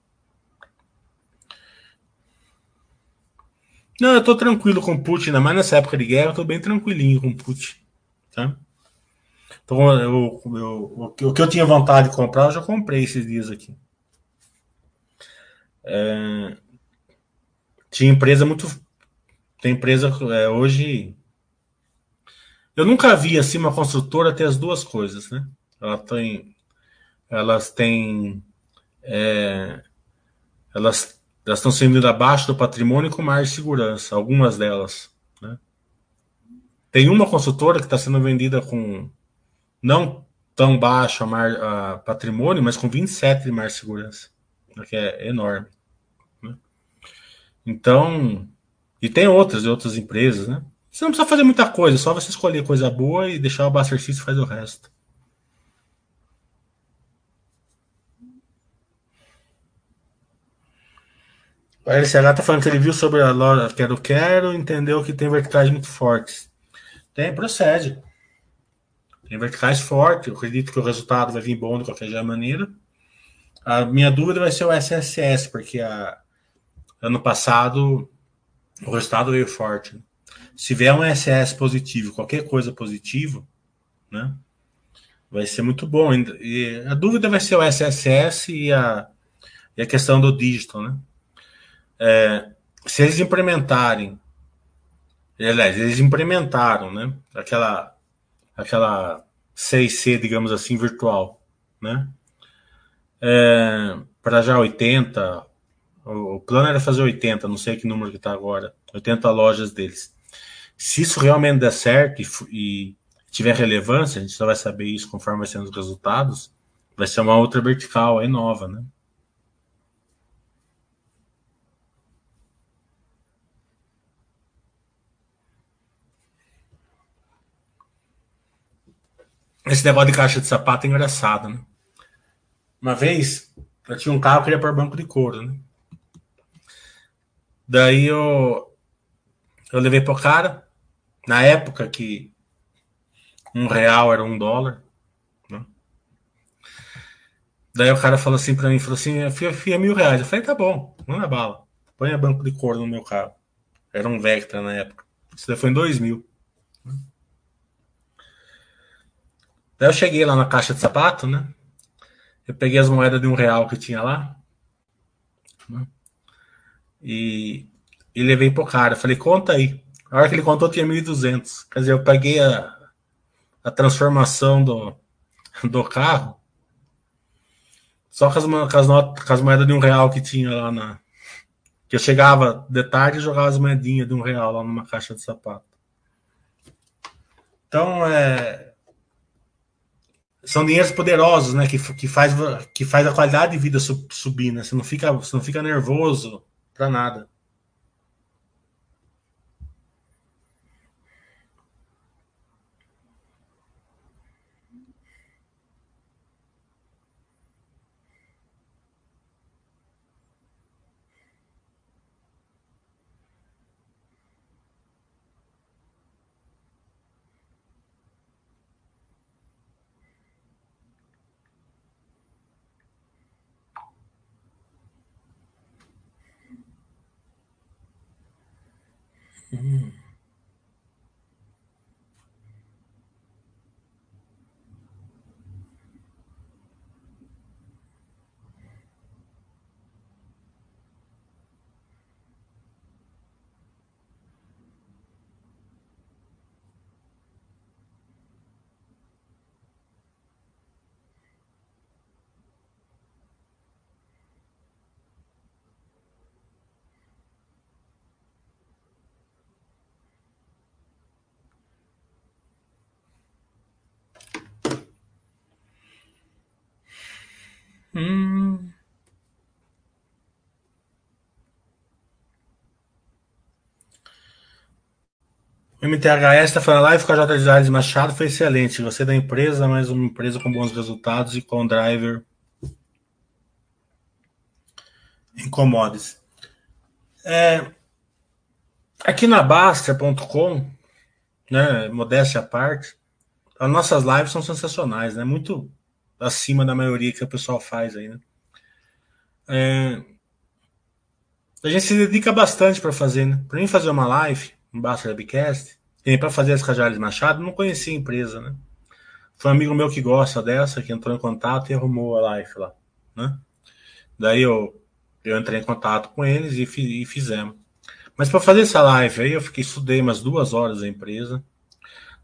Não, eu tô tranquilo com o Putin, ainda mais nessa época de guerra, eu tô bem tranquilinho com o Putin. Tá? Então, eu, eu, o, que, o que eu tinha vontade de comprar, eu já comprei esses dias aqui. Tinha empresa muito. Tem empresa é, hoje. Eu nunca vi assim uma construtora ter as duas coisas, né? Ela tem, elas têm, é, elas elas estão sendo abaixo do patrimônio com mais segurança, algumas delas, né? Tem uma construtora que está sendo vendida com não tão baixo a, mar, a patrimônio, mas com vinte e sete de mais segurança, que é enorme, né? Então, e tem outras, de outras empresas, né? Você não precisa fazer muita coisa, só você escolher coisa boa e deixar o Buster System fazer o resto. O L C H tá falando que ele viu sobre a loja Quero Quero e entendeu que tem verticais muito fortes. Tem, procede. Tem verticais fortes, eu acredito que o resultado vai vir bom de qualquer maneira. A minha dúvida vai ser o S S S, porque a, ano passado o resultado veio forte. Se vier um S S positivo, qualquer coisa positivo, né, vai ser muito bom. E a dúvida vai ser o S S S e a, e a questão do digital, né? É, se eles implementarem, aliás, eles implementaram, né, aquela, aquela C C, digamos assim, virtual, né? É, para já oitenta, o, o plano era fazer oitenta, não sei que número que está agora, oitenta lojas deles. Se isso realmente der certo e, e tiver relevância, a gente só vai saber isso conforme vai sendo os resultados, vai ser uma outra vertical aí nova, né? Esse negócio de caixa de sapato é engraçado, né? Uma vez, eu tinha um carro que queria pôr banco de couro, né? Daí eu, eu levei pro cara, na época que um real era um dólar, né? Daí o cara falou assim pra mim, falou assim, fia, fia mil reais. Eu falei, tá bom, manda bala. Põe a banco de couro no meu carro. Era um Vectra na época. Isso daí foi em dois mil. Daí eu cheguei lá na caixa de sapato, né? Eu peguei as moedas de um real que tinha lá, né? E, e levei pro cara. Falei, conta aí. A hora que ele contou tinha mil e duzentos. Quer dizer, eu peguei a, a transformação do, do carro só com as, com, as not, com as moedas de um real que tinha lá na. Que eu chegava de tarde e jogava as moedinhas de um real lá numa caixa de sapato. Então, é, são dinheiros poderosos, né? Que, que, faz, que faz a qualidade de vida subir, né? Você não fica, você não fica nervoso pra nada. Hum. O M T H S está falando, a live com a J. J. Machado foi excelente. Você da empresa, mas uma empresa com bons resultados e com driver em commodities. É, aqui na Baster ponto com, né, modéstia à parte, as nossas lives são sensacionais, né? Muito acima da maioria que o pessoal faz aí, né? É, a gente se dedica bastante para fazer, né? Para mim fazer uma live, um Baster Webcast, e para fazer as Cajales Machado, não conhecia a empresa, né? Foi um amigo meu que gosta dessa, que entrou em contato e arrumou a live lá, né? Daí eu, eu entrei em contato com eles e, fi, e fizemos. Mas para fazer essa live aí, eu fiquei estudei umas duas horas a empresa.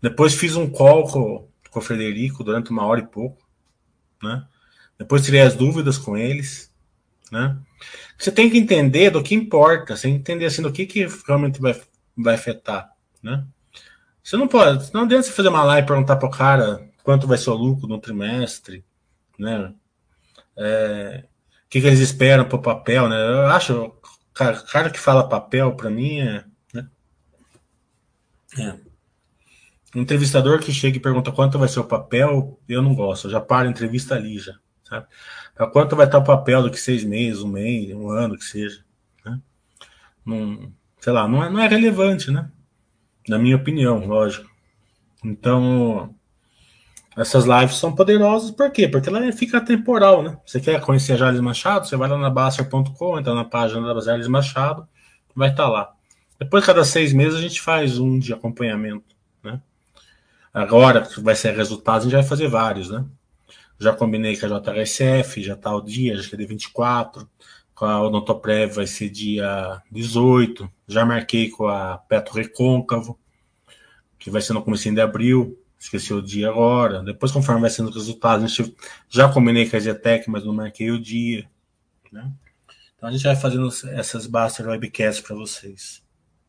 Depois fiz um call com, com o Frederico durante uma hora e pouco, né? Depois tirei as dúvidas com eles, né? Você tem que entender do que importa, você tem que entender assim, do que, que realmente vai, vai afetar, né? Você não pode, não adianta você fazer uma live e perguntar para o cara quanto vai ser o lucro no trimestre, né? É, o que, que eles esperam para o papel, né? Eu acho, cara, cara que fala papel, para mim, é, né? É. Um entrevistador que chega e pergunta quanto vai ser o papel, eu não gosto, eu já paro a entrevista ali já, sabe? Pra quanto vai estar o papel daqui seis meses, um mês, um ano, que seja, né? Não, sei lá, não é, não é relevante, né? Na minha opinião, lógico. Então, essas lives são poderosas, por quê? Porque ela fica temporal, né? Você quer conhecer a Jales Machado, você vai lá na Baster ponto com, entra na página da Jales Machado, vai estar lá. Depois, cada seis meses, a gente faz um de acompanhamento, né? Agora, que vai ser resultados, a gente vai fazer vários, né? Já combinei com a J H S F, já tá o dia, acho que é dia vinte e quatro. Com a Odontoprev vai ser dia dezoito. Já marquei com a Petro Recôncavo, que vai ser no começo de abril. Esqueci o dia agora. Depois, conforme vai sendo os resultados, a gente já combinei com a Zetec, mas não marquei o dia, né? Então a gente vai fazendo essas Baster Webcasts para vocês.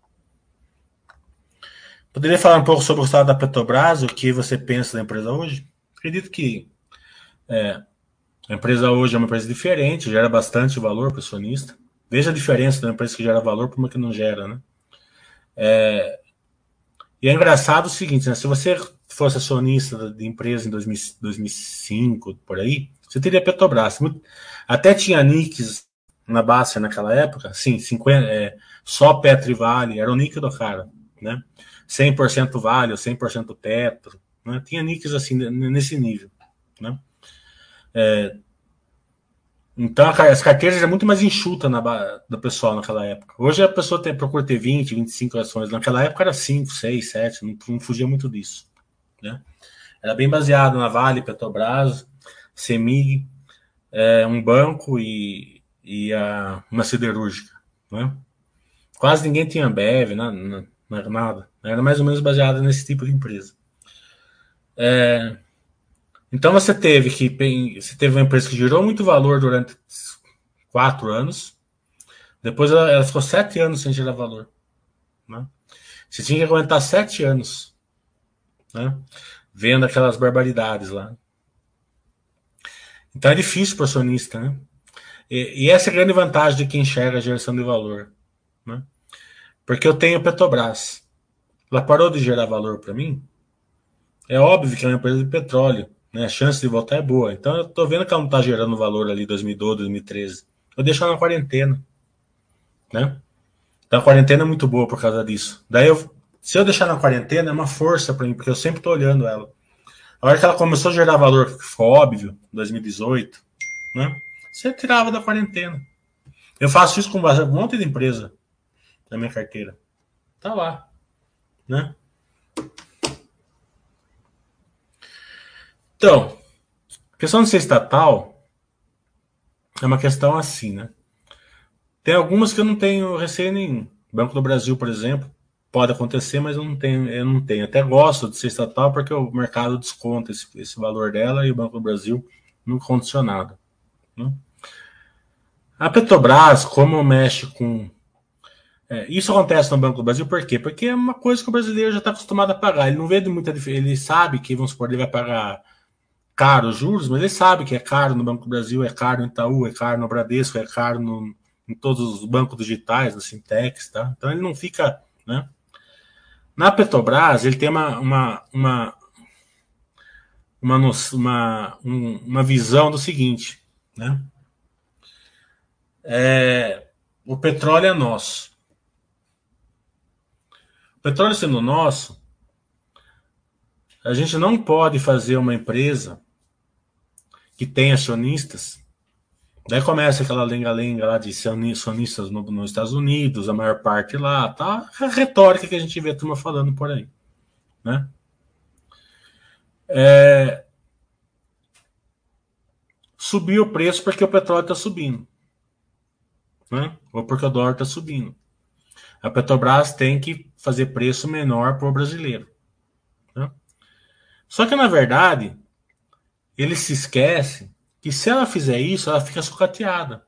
Poderia falar um pouco sobre o estado da Petrobras, o que você pensa da empresa hoje? Acredito que a empresa hoje é uma empresa diferente, gera bastante valor para o acionista. Veja a diferença da empresa que gera valor para uma que não gera, né? E é engraçado o seguinte, né? Se você fosse acionista de empresa em dois mil, dois mil e cinco, por aí, você teria Petrobras. Até tinha nicks na Baixa naquela época, sim, cinquenta, é, só Petro e Vale, era o nick do cara, né? cem por cento Vale ou cem por cento Petro, né? Tinha nicks assim, nesse nível, né? Então as carteiras eram muito mais enxutas na, do pessoal naquela época. Hoje a pessoa tem, procura ter vinte, vinte e cinco ações. Naquela época era cinco, seis, sete, não, não fugia muito disso, né? Era bem baseado na Vale, Petrobras, Semig, é, um banco e, e a, uma siderúrgica, né? Quase ninguém tinha Ambev, nada, nada. Era mais ou menos baseado nesse tipo de empresa. Então você teve que você teve uma empresa que gerou muito valor durante quatro anos. Depois ela, ela ficou sete anos sem gerar valor, né? Você tinha que aguentar sete anos, né? Vendo aquelas barbaridades lá. Então é difícil para o acionista, né? E, e essa é a grande vantagem de quem enxerga a geração de valor, né? Porque eu tenho Petrobras. Ela parou de gerar valor para mim. É óbvio que é uma empresa de petróleo, né? A chance de voltar é boa. Então eu tô vendo que ela não está gerando valor ali em dois mil e doze, dois mil e treze. Eu deixo ela na quarentena, né? Então a quarentena é muito boa por causa disso. Daí eu, se eu deixar na quarentena é uma força para mim, porque eu sempre estou olhando ela. A hora que ela começou a gerar valor, que foi óbvio, em dois mil e dezoito, né? Você tirava da quarentena. Eu faço isso com um monte de empresa na minha carteira. Tá lá, né? Então, a questão de ser estatal é uma questão assim, né? Tem algumas que eu não tenho receio nenhum. Banco do Brasil, por exemplo, pode acontecer, mas eu não tenho, eu não tenho. Até gosto de ser estatal porque o mercado desconta esse, esse valor dela e o Banco do Brasil não condicionado, né? A Petrobras, como mexe com. É, isso acontece no Banco do Brasil por quê? Porque é uma coisa que o brasileiro já está acostumado a pagar. Ele não vê de muita diferença. Ele sabe que, vamos supor, ele vai pagar caro os juros, mas ele sabe que é caro no Banco do Brasil, é caro no Itaú, é caro no Bradesco, é caro no, em todos os bancos digitais, nas fintechs, tá? Então ele não fica, né? Na Petrobras, ele tem uma, uma, uma, uma, uma, uma visão do seguinte, né? É, o petróleo é nosso. O petróleo sendo nosso, a gente não pode fazer uma empresa que tem acionistas. Daí começa aquela lenga-lenga lá de acionistas no, nos Estados Unidos, a maior parte lá, tá? A retórica que a gente vê a turma falando por aí, né? É, subiu o preço porque o petróleo está subindo, né? Ou porque o dólar está subindo. A Petrobras tem que fazer preço menor para o brasileiro, Né? Só que, na verdade, ele se esquece que se ela fizer isso, ela fica sucateada,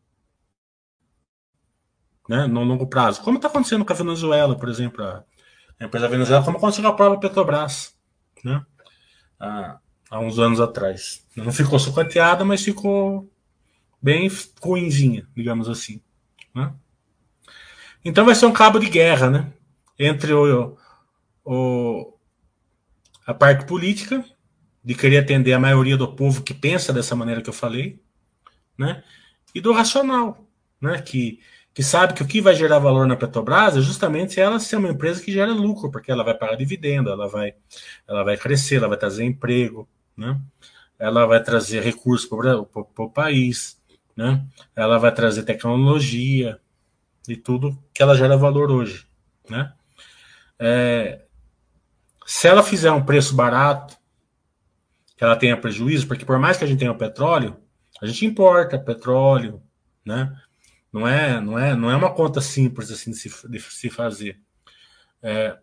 né, no longo prazo. Como está acontecendo com a Venezuela, por exemplo. A, a empresa Venezuela, como aconteceu com a própria Petrobras, né, há, há uns anos atrás. Não ficou sucateada, mas ficou bem ruinzinha, digamos assim. Né? Então vai ser um cabo de guerra, né, entre o, o, a parte política, de querer atender a maioria do povo que pensa dessa maneira que eu falei, né, e do racional, né, que, que sabe que o que vai gerar valor na Petrobras é justamente ela ser uma empresa que gera lucro, porque ela vai pagar dividendo, ela vai, ela vai crescer, ela vai trazer emprego, né, ela vai trazer recursos para o país, né, ela vai trazer tecnologia e tudo que ela gera valor hoje. Né. É, se ela fizer um preço barato, que ela tenha prejuízo, porque por mais que a gente tenha o petróleo, a gente importa petróleo, né? Não é, não é, não é uma conta simples assim de se, de se fazer. É,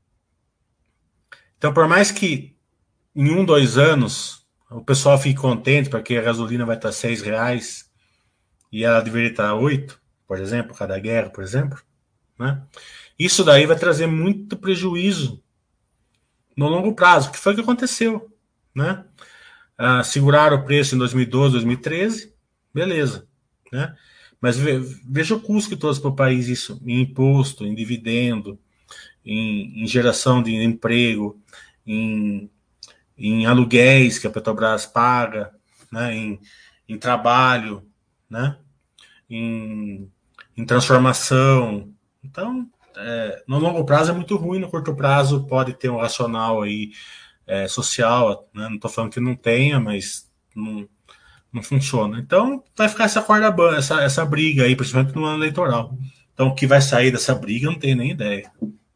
então, por mais que em um, dois anos o pessoal fique contente porque a gasolina vai estar seis reais e ela deveria estar oito, por exemplo, cada guerra, por exemplo, né? Isso daí vai trazer muito prejuízo no longo prazo, que foi o que aconteceu, né? Ah, seguraram o preço em dois mil e doze, dois mil e treze, beleza, né? Mas veja o custo que trouxe para o país isso, em imposto, em dividendo, em, em geração de emprego, em, em aluguéis que a Petrobras paga, né? em, em trabalho, né? em, em transformação. Então, é, no longo prazo é muito ruim, no curto prazo pode ter um racional aí é, social, né? Não estou falando que não tenha, mas não, não funciona. Então vai ficar essa corda, essa, essa briga aí, principalmente no ano eleitoral. Então o que vai sair dessa briga eu não tenho nem ideia.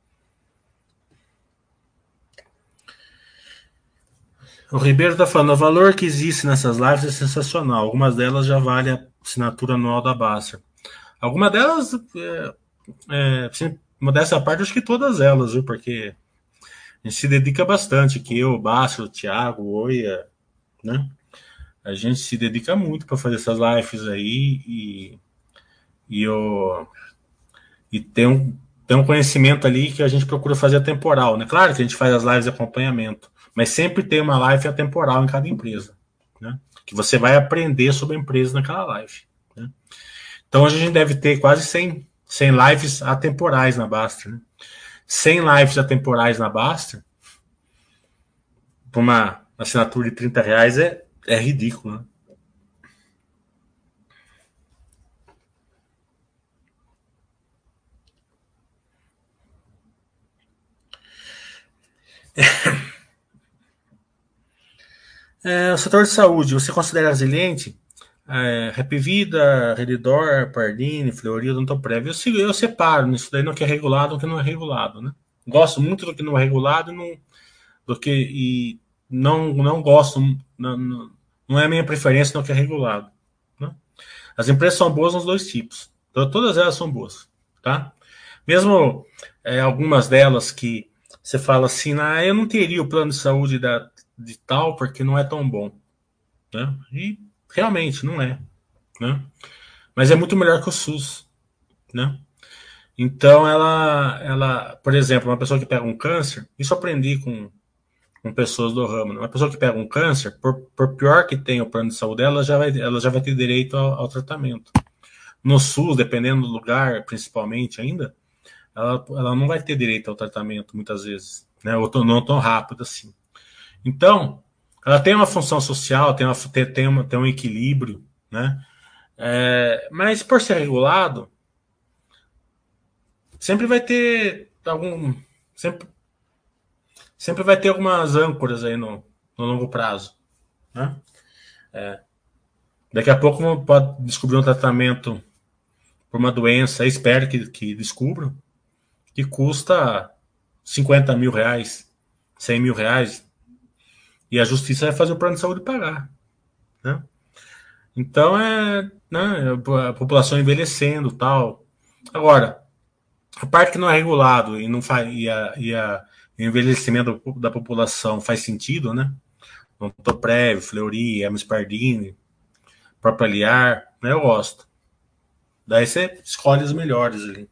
O Ribeiro está falando, o valor que existe nessas lives é sensacional. Algumas delas já vale a assinatura anual da Baster. Algumas delas, é, é, assim, modéstia à parte, acho que todas elas, viu? Porque a gente se dedica bastante, que eu, o Baster, o Thiago, o Oia, né? A gente se dedica muito para fazer essas lives aí e, e, o, e tem, um, tem um conhecimento ali que a gente procura fazer atemporal, né? Claro que a gente faz as lives de acompanhamento, mas sempre tem uma live atemporal em cada empresa, né? Que você vai aprender sobre a empresa naquela live. Né? Então hoje a gente deve ter quase cem, cem lives atemporais na Baster. Né? cem lives atemporais na Baster, por uma assinatura de trinta reais é, é ridículo, né? É, o setor de saúde, você considera resiliente? É, Rap Vida, Redditor, Pardini, Fleury, Odontoprev. Eu, sigo- eu separo nisso daí no que é regulado e no que não é regulado, né? Gosto muito do que não é regulado e não, do que e não, não gosto, não, não, não é a minha preferência no que é regulado. Né? As empresas são boas nos dois tipos. Então, todas elas são boas, tá? Mesmo é, algumas delas que você fala assim, ah, eu não teria o plano de saúde da, de tal porque não é tão bom, né? E realmente não é, né? Mas é muito melhor que o SUS, né? Então ela, ela, por exemplo, uma pessoa que pega um câncer, isso eu aprendi com, com pessoas do ramo, né? Uma pessoa que pega um câncer, por, por pior que tenha o plano de saúde dela, ela já vai, ela já vai ter direito ao, ao tratamento. No SUS, dependendo do lugar, principalmente ainda, ela, ela não vai ter direito ao tratamento muitas vezes, né? Ou não tão rápido assim. Então, ela tem uma função social, tem, uma, tem, tem, uma, tem um equilíbrio, né? É, mas por ser regulado, sempre vai ter algum. Sempre, sempre vai ter algumas âncoras aí no, no longo prazo. Né? Daqui a pouco pode descobrir um tratamento por uma doença, espero que, que descubram, que custa cinquenta mil reais, cem mil reais, e a justiça vai fazer o plano de saúde pagar. Né? Então é, né, a população envelhecendo tal. Agora, A parte que não é regulado e, não faz, e, a, e a, o envelhecimento da população faz sentido, né? Ontoprev, Fleury, Hermes Pardini, próprio Aliar, né? Eu gosto. Daí você escolhe os melhores ali.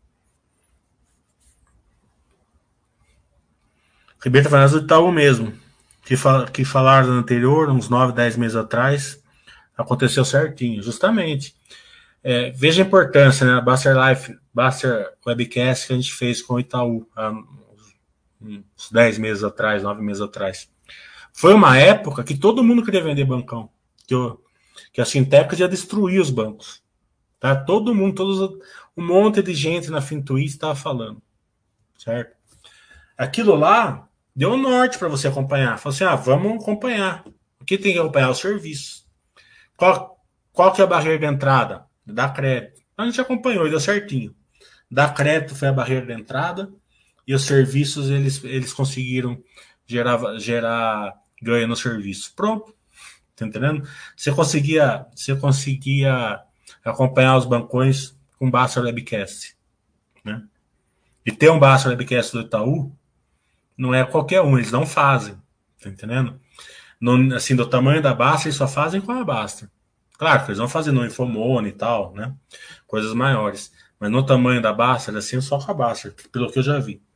Ribeiro Fernandes do Itaú mesmo, que, fal, que falaram no anterior, uns nove, dez meses atrás, aconteceu certinho, justamente. É, veja a importância, né? A Baster Life, Baster Webcast que a gente fez com o Itaú há uns dez meses atrás, nove meses atrás. Foi uma época que todo mundo queria vender bancão. Que, eu, que a Fintech ia destruir os bancos. Tá? Todo mundo, todos, um monte de gente na Fintuit estava falando. Certo? Aquilo lá deu um norte para você acompanhar. Falou assim: ah, vamos acompanhar. O que tem que acompanhar? Os serviços. Qual, qual que é a barreira de entrada? Dar crédito. A gente acompanhou e deu certinho. Dar crédito foi a barreira de entrada e os serviços eles, eles conseguiram gerar, gerar ganho no serviço. Pronto. Tá entendendo? Você conseguia, você conseguia acompanhar os bancões com Basta Webcast. Né? E ter um Basta Webcast do Itaú não é qualquer um, eles não fazem. Tá entendendo? No, assim, do tamanho da Basta, eles só fazem com a Basta. Claro que eles vão fazer no Infomone e tal, né? Coisas maiores. Mas no tamanho da Basta, assim, só com a Basta, pelo que eu já vi.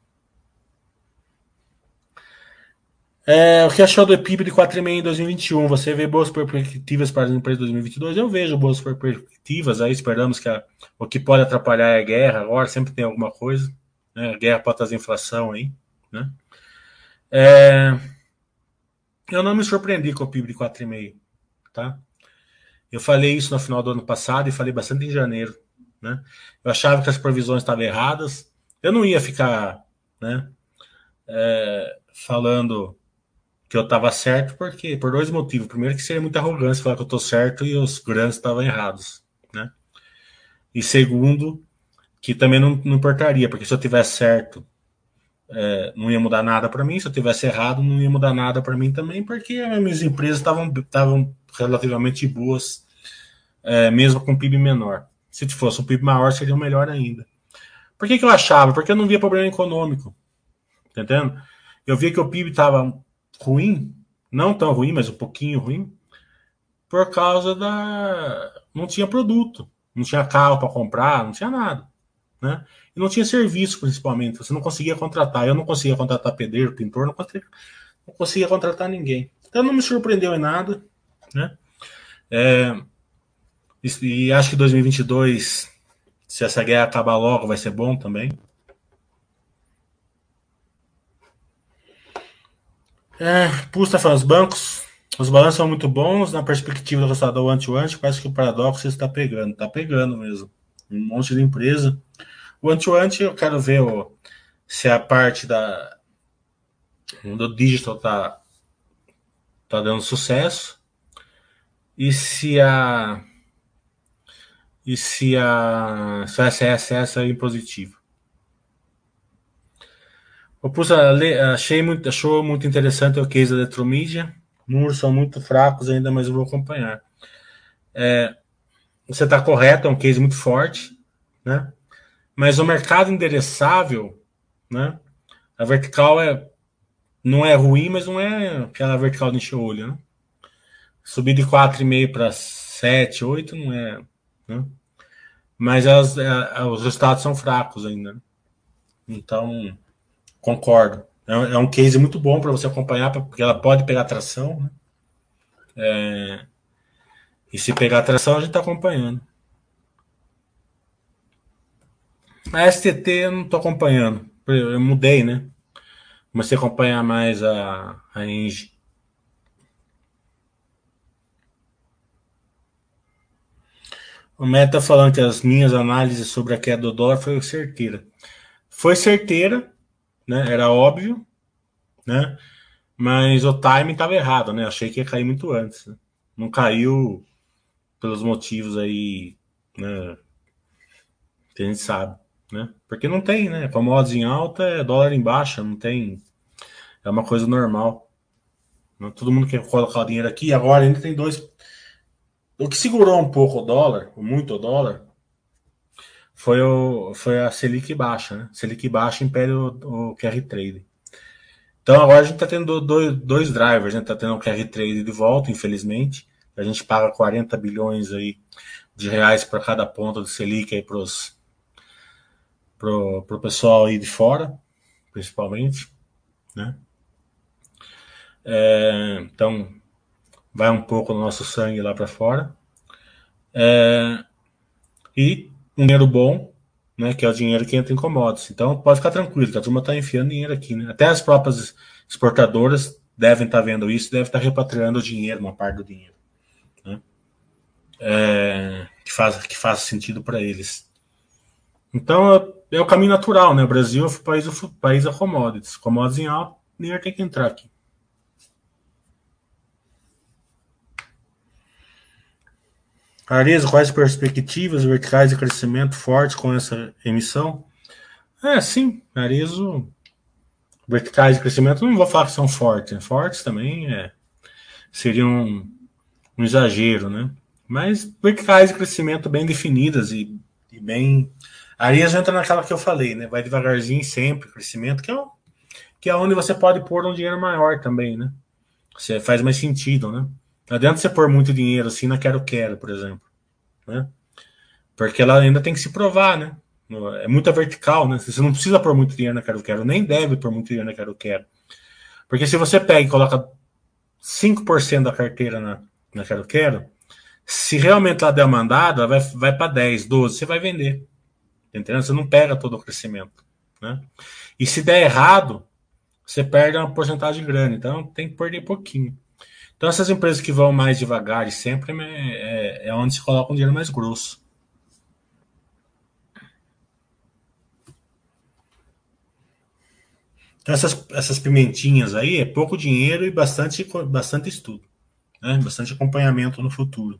É, o que achou do P I B de quatro vírgula cinco em dois mil e vinte e um? Você vê boas perspectivas para as empresas de dois mil e vinte e dois? Eu vejo boas perspectivas. Aí esperamos que a, o que pode atrapalhar é a guerra. Agora sempre tem alguma coisa. Né? A guerra pode trazer inflação aí. Né? É, eu não me surpreendi com o P I B de quatro vírgula cinco. Tá? Eu falei isso no final do ano passado e falei bastante em janeiro. Né? Eu achava que as previsões estavam erradas. Eu não ia ficar, né, é, falando que eu estava certo, porque por dois motivos. Primeiro, que seria muita arrogância falar que eu estou certo e os grandes estavam errados. Né? E segundo, que também não, não importaria, porque se eu tivesse certo, é, não ia mudar nada para mim. Se eu tivesse errado, não ia mudar nada para mim também, porque as minhas empresas estavam relativamente boas, é, mesmo com P I B menor. Se fosse um P I B maior, seria melhor ainda. Por que, que eu achava? Porque eu não via problema econômico. Tá entendendo? Eu via que o P I B estava ruim, não tão ruim, mas um pouquinho ruim, por causa da. Não tinha produto, não tinha carro para comprar, não tinha nada. Né? E não tinha serviço, principalmente. Você não conseguia contratar. Eu não conseguia contratar pedreiro, pintor, não conseguia, não conseguia contratar ninguém. Então não me surpreendeu em nada. Né? É, e, e acho que dois mil e vinte e dois, se essa guerra acabar logo, vai ser bom também. É, Puxa, falando, os bancos, os balanços são muito bons na perspectiva do resultado do ante-ante, parece que o paradoxo está pegando, está pegando mesmo. Um monte de empresa. O ante-ante eu quero ver o, se a parte da, do digital tá, tá dando sucesso e se a e se a, se a C S S é positivo. O Pulsa, achei muito, achou muito interessante o case da Eletromídia. Números são muito fracos ainda, mas eu vou acompanhar. Você está correto, é um case muito forte, né? Mas o mercado endereçável, né? A vertical é, não é ruim, mas não é aquela vertical de encher o olho, né? Subir de quatro vírgula cinco para sete, oito não é. Né? Mas as, é, os resultados são fracos ainda. Né? Então, concordo. É, é um case muito bom para você acompanhar, porque ela pode pegar tração. Né? É, e se pegar tração, a gente está acompanhando. A S T T eu não estou acompanhando. Eu mudei, né? Comecei a acompanhar mais a, a Engie. O Meta falando que as minhas análises sobre a queda do dólar foi certeira. Foi certeira, né? Era óbvio, né? Mas o timing estava errado, né? Achei que ia cair muito antes. Né? Não caiu pelos motivos aí, né? Que a gente sabe, né? Porque não tem, né? Commodities em alta é dólar em baixa, não tem. É uma coisa normal. Né? Todo mundo quer colocar o dinheiro aqui, agora ainda tem dois. O que segurou um pouco o dólar, muito o dólar, foi, o, foi a Selic baixa, né? Selic baixa impede o, o Q R Trade. Então agora a gente está tendo dois, dois drivers, né? Está tendo o Q R Trade de volta, infelizmente. A gente paga quarenta bilhões aí de reais para cada ponta do Selic aí pros, pro, pro pessoal aí de fora, principalmente, né? É, então vai um pouco do nosso sangue lá para fora. É, e um dinheiro bom, né, que é o dinheiro que entra em commodities. Então pode ficar tranquilo, que a turma está enfiando dinheiro aqui. Né? Até as próprias exportadoras devem estar tá vendo isso, devem estar tá repatriando o dinheiro, uma parte do dinheiro. Né? É, que, faz, que faz sentido para eles. Então é, é o caminho natural, né? O Brasil é o país, o país da commodities. Commodities em alta, dinheiro tem que entrar aqui. Arezzo, quais perspectivas verticais de crescimento fortes com essa emissão? É, sim, Arezzo, verticais de crescimento, não vou falar que são fortes. Né? Fortes também é, seria um, um exagero, né? Mas verticais de crescimento bem definidas e, e bem. A Arezzo entra naquela que eu falei, né? Vai devagarzinho sempre, crescimento, que é, o, que é onde você pode pôr um dinheiro maior também, né? Você faz mais sentido, né? Não adianta você pôr muito dinheiro assim na Quero Quero, por exemplo, né? Porque ela ainda tem que se provar, né? É muita vertical, né? Você não precisa pôr muito dinheiro na Quero Quero, nem deve pôr muito dinheiro na Quero Quero. Porque se você pega e coloca cinco por cento da carteira na, na Quero Quero, se realmente ela der uma andada, vai, vai para dez, doze, você vai vender. Entendeu? Você não pega todo o crescimento. Né? E se der errado, você perde uma porcentagem grande. Então tem que perder pouquinho. Então essas empresas que vão mais devagar e sempre é, é, é onde se coloca um dinheiro mais grosso. Então essas, essas pimentinhas aí é pouco dinheiro e bastante, bastante estudo. Né? Bastante acompanhamento no futuro.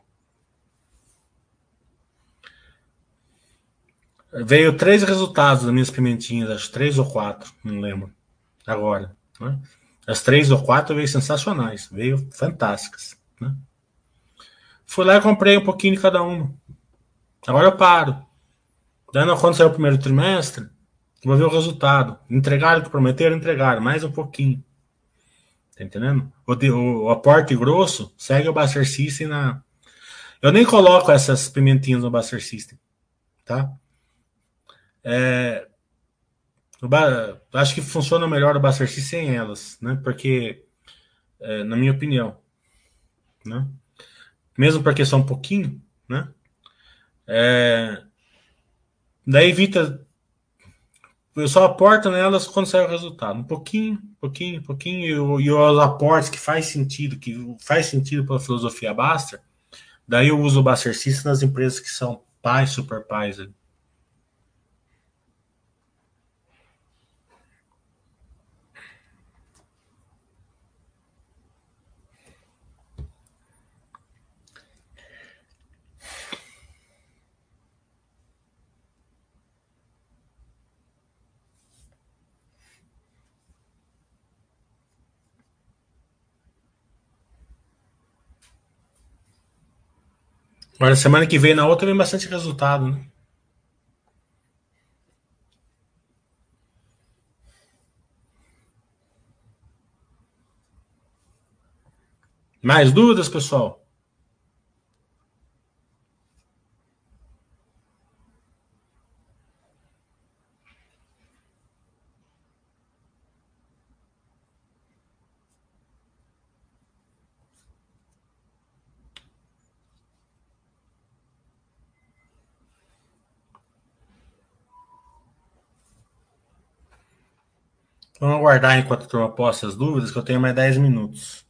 Veio três resultados das minhas pimentinhas, acho três ou quatro, não lembro. Agora. Né? As três ou quatro veio sensacionais, veio fantásticas. Né? Fui lá e comprei um pouquinho de cada uma. Agora eu paro. Daí, quando sair o primeiro trimestre, vou ver o resultado. Entregaram o que prometeram, entregaram, mais um pouquinho. Tá entendendo? O, de, o, o aporte grosso segue o Buster System na. Eu nem coloco essas pimentinhas no Buster System, tá? É, acho que funciona melhor o Buster System sem elas, né? Porque, é, na minha opinião, né? Mesmo porque são um pouquinho, né? É, daí evita. Eu só aporto nelas quando sai o resultado. Um pouquinho, pouquinho, pouquinho. E, e os aportes que faz sentido, que faz sentido pela filosofia Baster, daí eu uso o Baster System nas empresas que são pais, super pais. Agora, semana que vem, na outra, vem bastante resultado, né? Mais dúvidas, pessoal? Vamos aguardar enquanto a turma posta as dúvidas, que eu tenho mais dez minutos.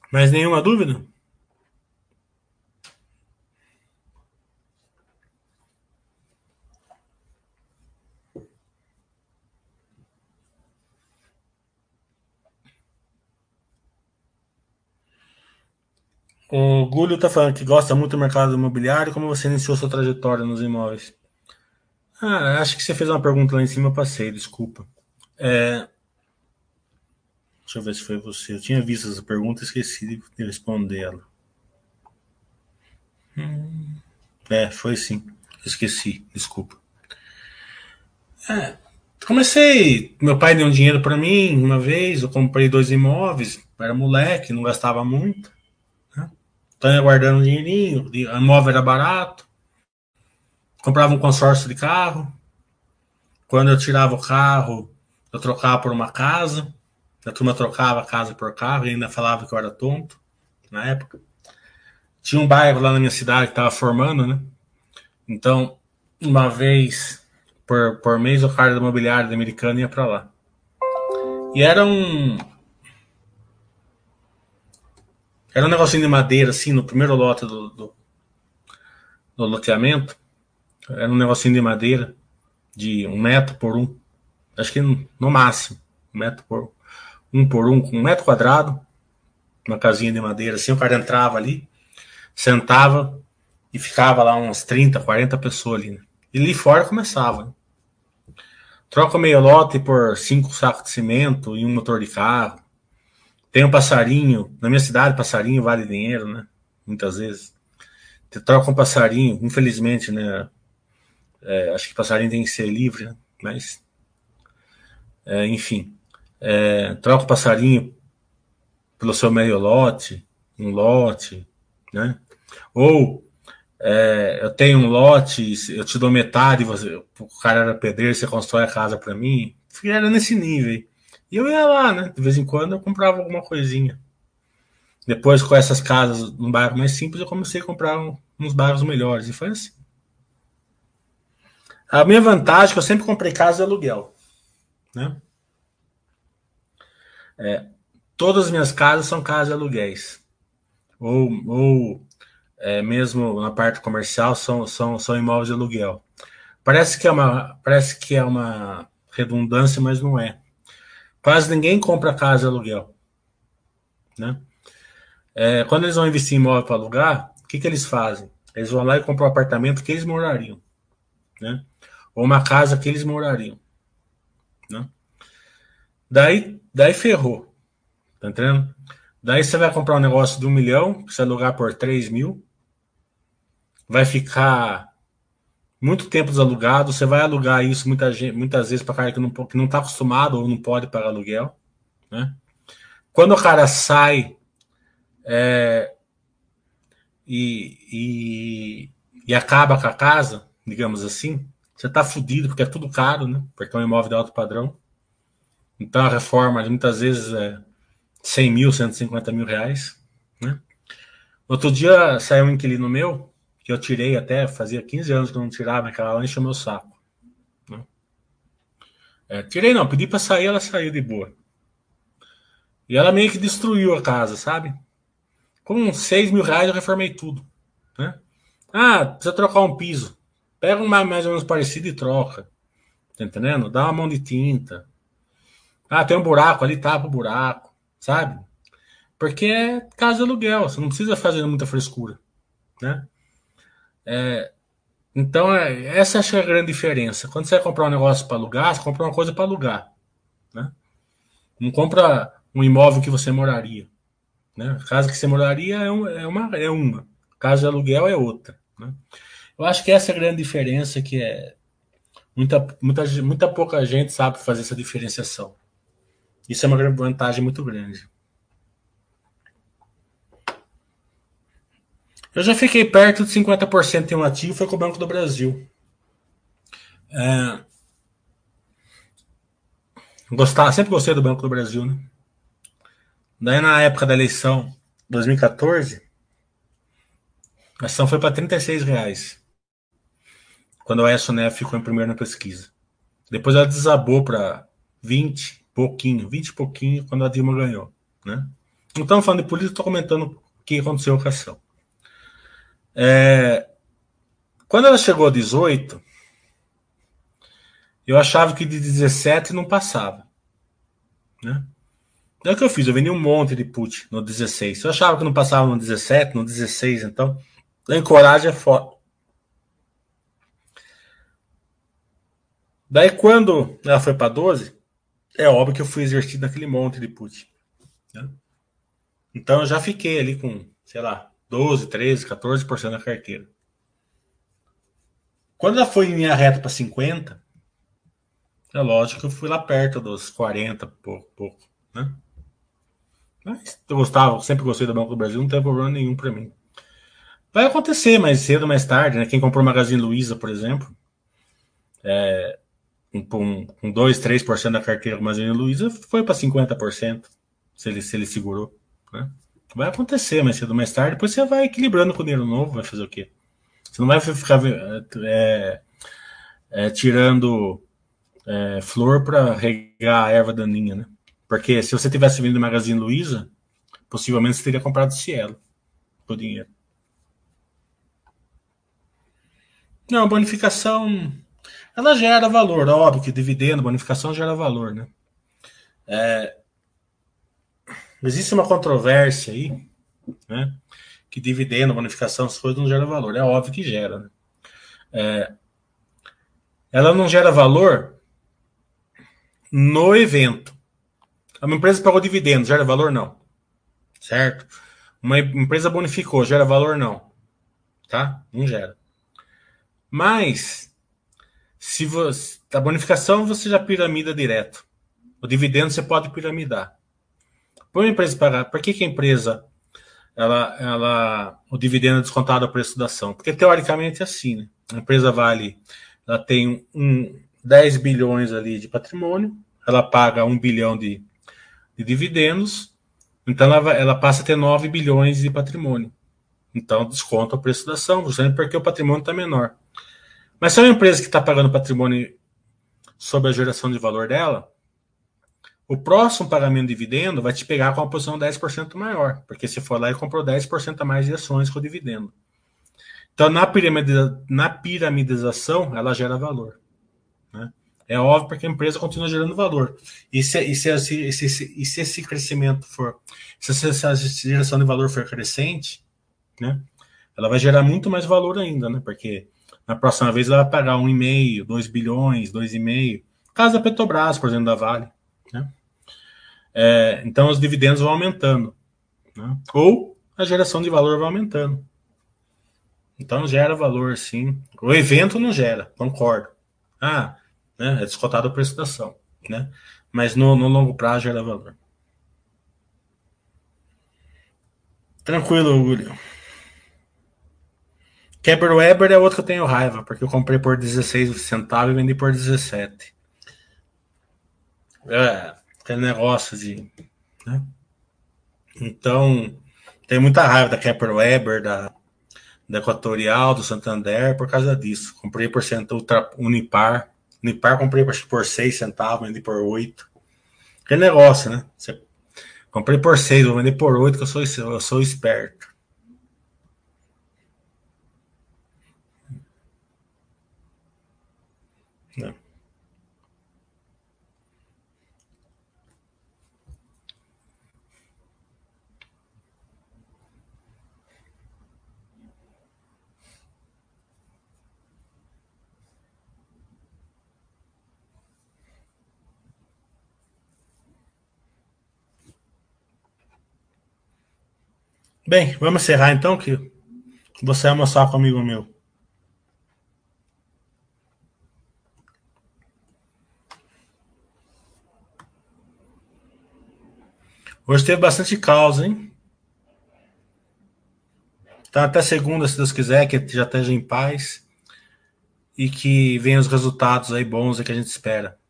Mais nenhuma dúvida? O Gúlio tá falando que gosta muito do mercado imobiliário. Como você iniciou sua trajetória nos imóveis? Ah, acho que você fez uma pergunta lá em cima, eu passei, desculpa. É, deixa eu ver se foi você. Eu tinha visto essa pergunta e esqueci de responder ela. É, foi sim. Esqueci, desculpa. Comecei. Meu pai deu um dinheiro para mim uma vez. Eu comprei dois imóveis. Era moleque, não gastava muito. Né? Então ia guardando um dinheirinho. O imóvel era barato. Comprava um consórcio de carro. Quando eu tirava o carro, eu trocava por uma casa. A turma trocava casa por carro e ainda falava que eu era tonto na época. Tinha um bairro lá na minha cidade que estava formando, né? Então, uma vez por, por mês, o cara do imobiliário da Americana ia para lá. E era um, era um negocinho de madeira, assim, no primeiro lote do, do, do loteamento. Era um negocinho de madeira, de um metro por um. Acho que no, no máximo. Um metro por um por um, um metro quadrado. Uma casinha de madeira, assim. O cara entrava ali, sentava e ficava lá umas trinta, quarenta pessoas ali. Né? E ali fora começava. Né? Troca meio lote por cinco sacos de cimento e um motor de carro. Tem um passarinho. Na minha cidade, passarinho vale dinheiro, né? Muitas vezes. Você troca um passarinho, infelizmente, né? É, acho que passarinho tem que ser livre, né? Mas, é, enfim. É, troca o passarinho pelo seu meio lote, um lote, né? Ou é, eu tenho um lote, eu te dou metade, você, o cara era pedreiro, você constrói a casa para mim. Era nesse nível. E eu ia lá, né? De vez em quando eu comprava alguma coisinha. Depois, com essas casas num bairro mais simples, eu comecei a comprar um, uns bairros melhores. E foi assim. A minha vantagem é que eu sempre comprei casa de aluguel. Né? Todas as minhas casas são casas de aluguéis. Ou, ou é, mesmo na parte comercial, são, são, são imóveis de aluguel. Parece que, é uma, parece que é uma redundância, mas não é. Quase ninguém compra casa de aluguel. Né? É, quando eles vão investir em imóvel para alugar, o que, que eles fazem? Eles vão lá e compram um apartamento que eles morariam. Né? Ou uma casa que eles morariam. Né? Daí, daí ferrou. Tá entendendo? Daí você vai comprar um negócio de um milhão, que você alugar por três mil, vai ficar muito tempo desalugado, você vai alugar isso muita gente, muitas vezes para cara que não, que não tá acostumado ou não pode pagar aluguel. Né? Quando o cara sai e, e, e acaba com a casa, digamos assim, você tá fudido, porque é tudo caro, né? Porque é um imóvel de alto padrão. Então a reforma muitas vezes é cem mil, cento e cinquenta mil reais. Né? Outro dia saiu um inquilino meu, que eu tirei até, fazia quinze anos que eu não tirava, aquela lá encheu meu saco. Né? É, tirei não, pedi pra sair, ela saiu de boa. E ela meio que destruiu a casa, sabe? Com seis mil reais eu reformei tudo. Né? Ah, precisa trocar um piso. Pega um mais, mais ou menos parecido e troca. Tá entendendo? Dá uma mão de tinta. Ah, tem um buraco ali, tapa o buraco. Sabe? Porque é casa de aluguel, você não precisa fazer muita frescura. Né? Então, é, essa acho que é a grande diferença. Quando você vai comprar um negócio para alugar, você compra uma coisa para alugar. Né? Não compra um imóvel que você moraria. Né? A casa que você moraria é, um, é, uma, é uma. Casa de aluguel é outra. Né? Eu acho que essa é a grande diferença que é muita, muita, muita pouca gente sabe fazer essa diferenciação. Isso é uma vantagem muito grande. Eu já fiquei perto de cinquenta por cento em um ativo, foi com o Banco do Brasil. É, gostar, sempre gostei do Banco do Brasil. Né? Daí na época da eleição dois mil e quatorze, a ação foi para trinta e seis reais, quando a Aécio Neves ficou em primeiro na pesquisa. Depois ela desabou para vinte, pouquinho, vinte e pouquinho, quando a Dilma ganhou. Né? Não estamos falando de política, estou comentando o que aconteceu com a ação. É, quando ela chegou a dezoito, eu achava que de dezessete não passava. Né? É o que eu fiz, eu vendi um monte de put no dezesseis. Eu achava que não passava no dezessete, no dezesseis, então. Daí coragem é foda. Daí quando ela foi para doze, é óbvio que eu fui exercido naquele monte de put. Né? Então eu já fiquei ali com, sei lá, doze, treze, quatorze por cento da carteira. Quando ela foi em linha reta para cinquenta, é lógico que eu fui lá perto dos quarenta, pouco, pouco, né? Mas eu gostava, sempre gostei do Banco do Brasil, não tem problema nenhum para mim. Vai acontecer mais cedo ou mais tarde, né? Quem comprou Magazine Luiza, por exemplo, com, com dois, três por cento da carteira com Magazine Luiza, foi para cinquenta por cento, se ele, se ele segurou. Né? Vai acontecer mais cedo ou mais tarde, depois você vai equilibrando com o dinheiro novo, vai fazer o quê? Você não vai ficar é, é, tirando é, flor para regar a erva daninha, né? Porque se você tivesse vindo do Magazine Luiza, possivelmente você teria comprado Cielo com dinheiro. Não, bonificação, ela gera valor, óbvio que dividendo, bonificação gera valor, né? Existe uma controvérsia aí, né? Que dividendo, bonificação, essas coisas não geram valor. É óbvio que gera, né? Ela não gera valor no evento. Uma empresa pagou dividendo, gera valor? Não. Certo? Uma empresa bonificou, gera valor? Não. Tá? Não gera. Mas, se você, a bonificação você já piramida direto. O dividendo você pode piramidar. Por uma empresa pagar, por que, que a empresa ela, ela, o dividendo é descontado ao preço da ação? Porque teoricamente é assim, né? A empresa vale, ela tem um, dez bilhões ali de patrimônio, ela paga um bilhão de, de dividendos, então ela, ela passa a ter nove bilhões de patrimônio. Então desconta o preço da ação, justamente porque o patrimônio está menor. Mas se é uma empresa que está pagando patrimônio sobre a geração de valor dela, o próximo pagamento de dividendo vai te pegar com uma posição dez por cento maior, porque você foi lá e comprou dez por cento a mais de ações com o dividendo. Então, na, piramida, na piramidização, ela gera valor. Né? É óbvio porque a empresa continua gerando valor. E se, e se, e se, e se esse crescimento for, se essa geração de valor for crescente, né, ela vai gerar muito mais valor ainda, né? Porque na próxima vez ela vai pagar um vírgula cinco, dois bilhões, dois vírgula cinco. Caso da Petrobras, por exemplo, da Vale. Né? É, então os dividendos vão aumentando. Né? Ou a geração de valor vai aumentando. Então gera valor, sim. O evento não gera, concordo. Ah, né, é descontado a preço da ação. Né? Mas no, no longo prazo gera valor. Tranquilo, Julio. Kepler Weber é outro que eu tenho raiva, porque eu comprei por dezesseis centavos e vendi por dezessete. É, aquele negócio de. Né? Então, tem muita raiva da Kepler Weber, da, da Equatorial, do Santander, por causa disso. Comprei por cento ultra, Unipar. Unipar comprei por seis centavos, vendi por oito. Que negócio, né? Você, comprei por seis, vou vender por oito, que eu sou, eu sou esperto. Né? Bem, vamos encerrar então, que você vai almoçar com um amigo meu. Hoje teve bastante causa, hein? Então, até segunda, se Deus quiser, que já esteja em paz e que venham os resultados aí bons que a gente espera.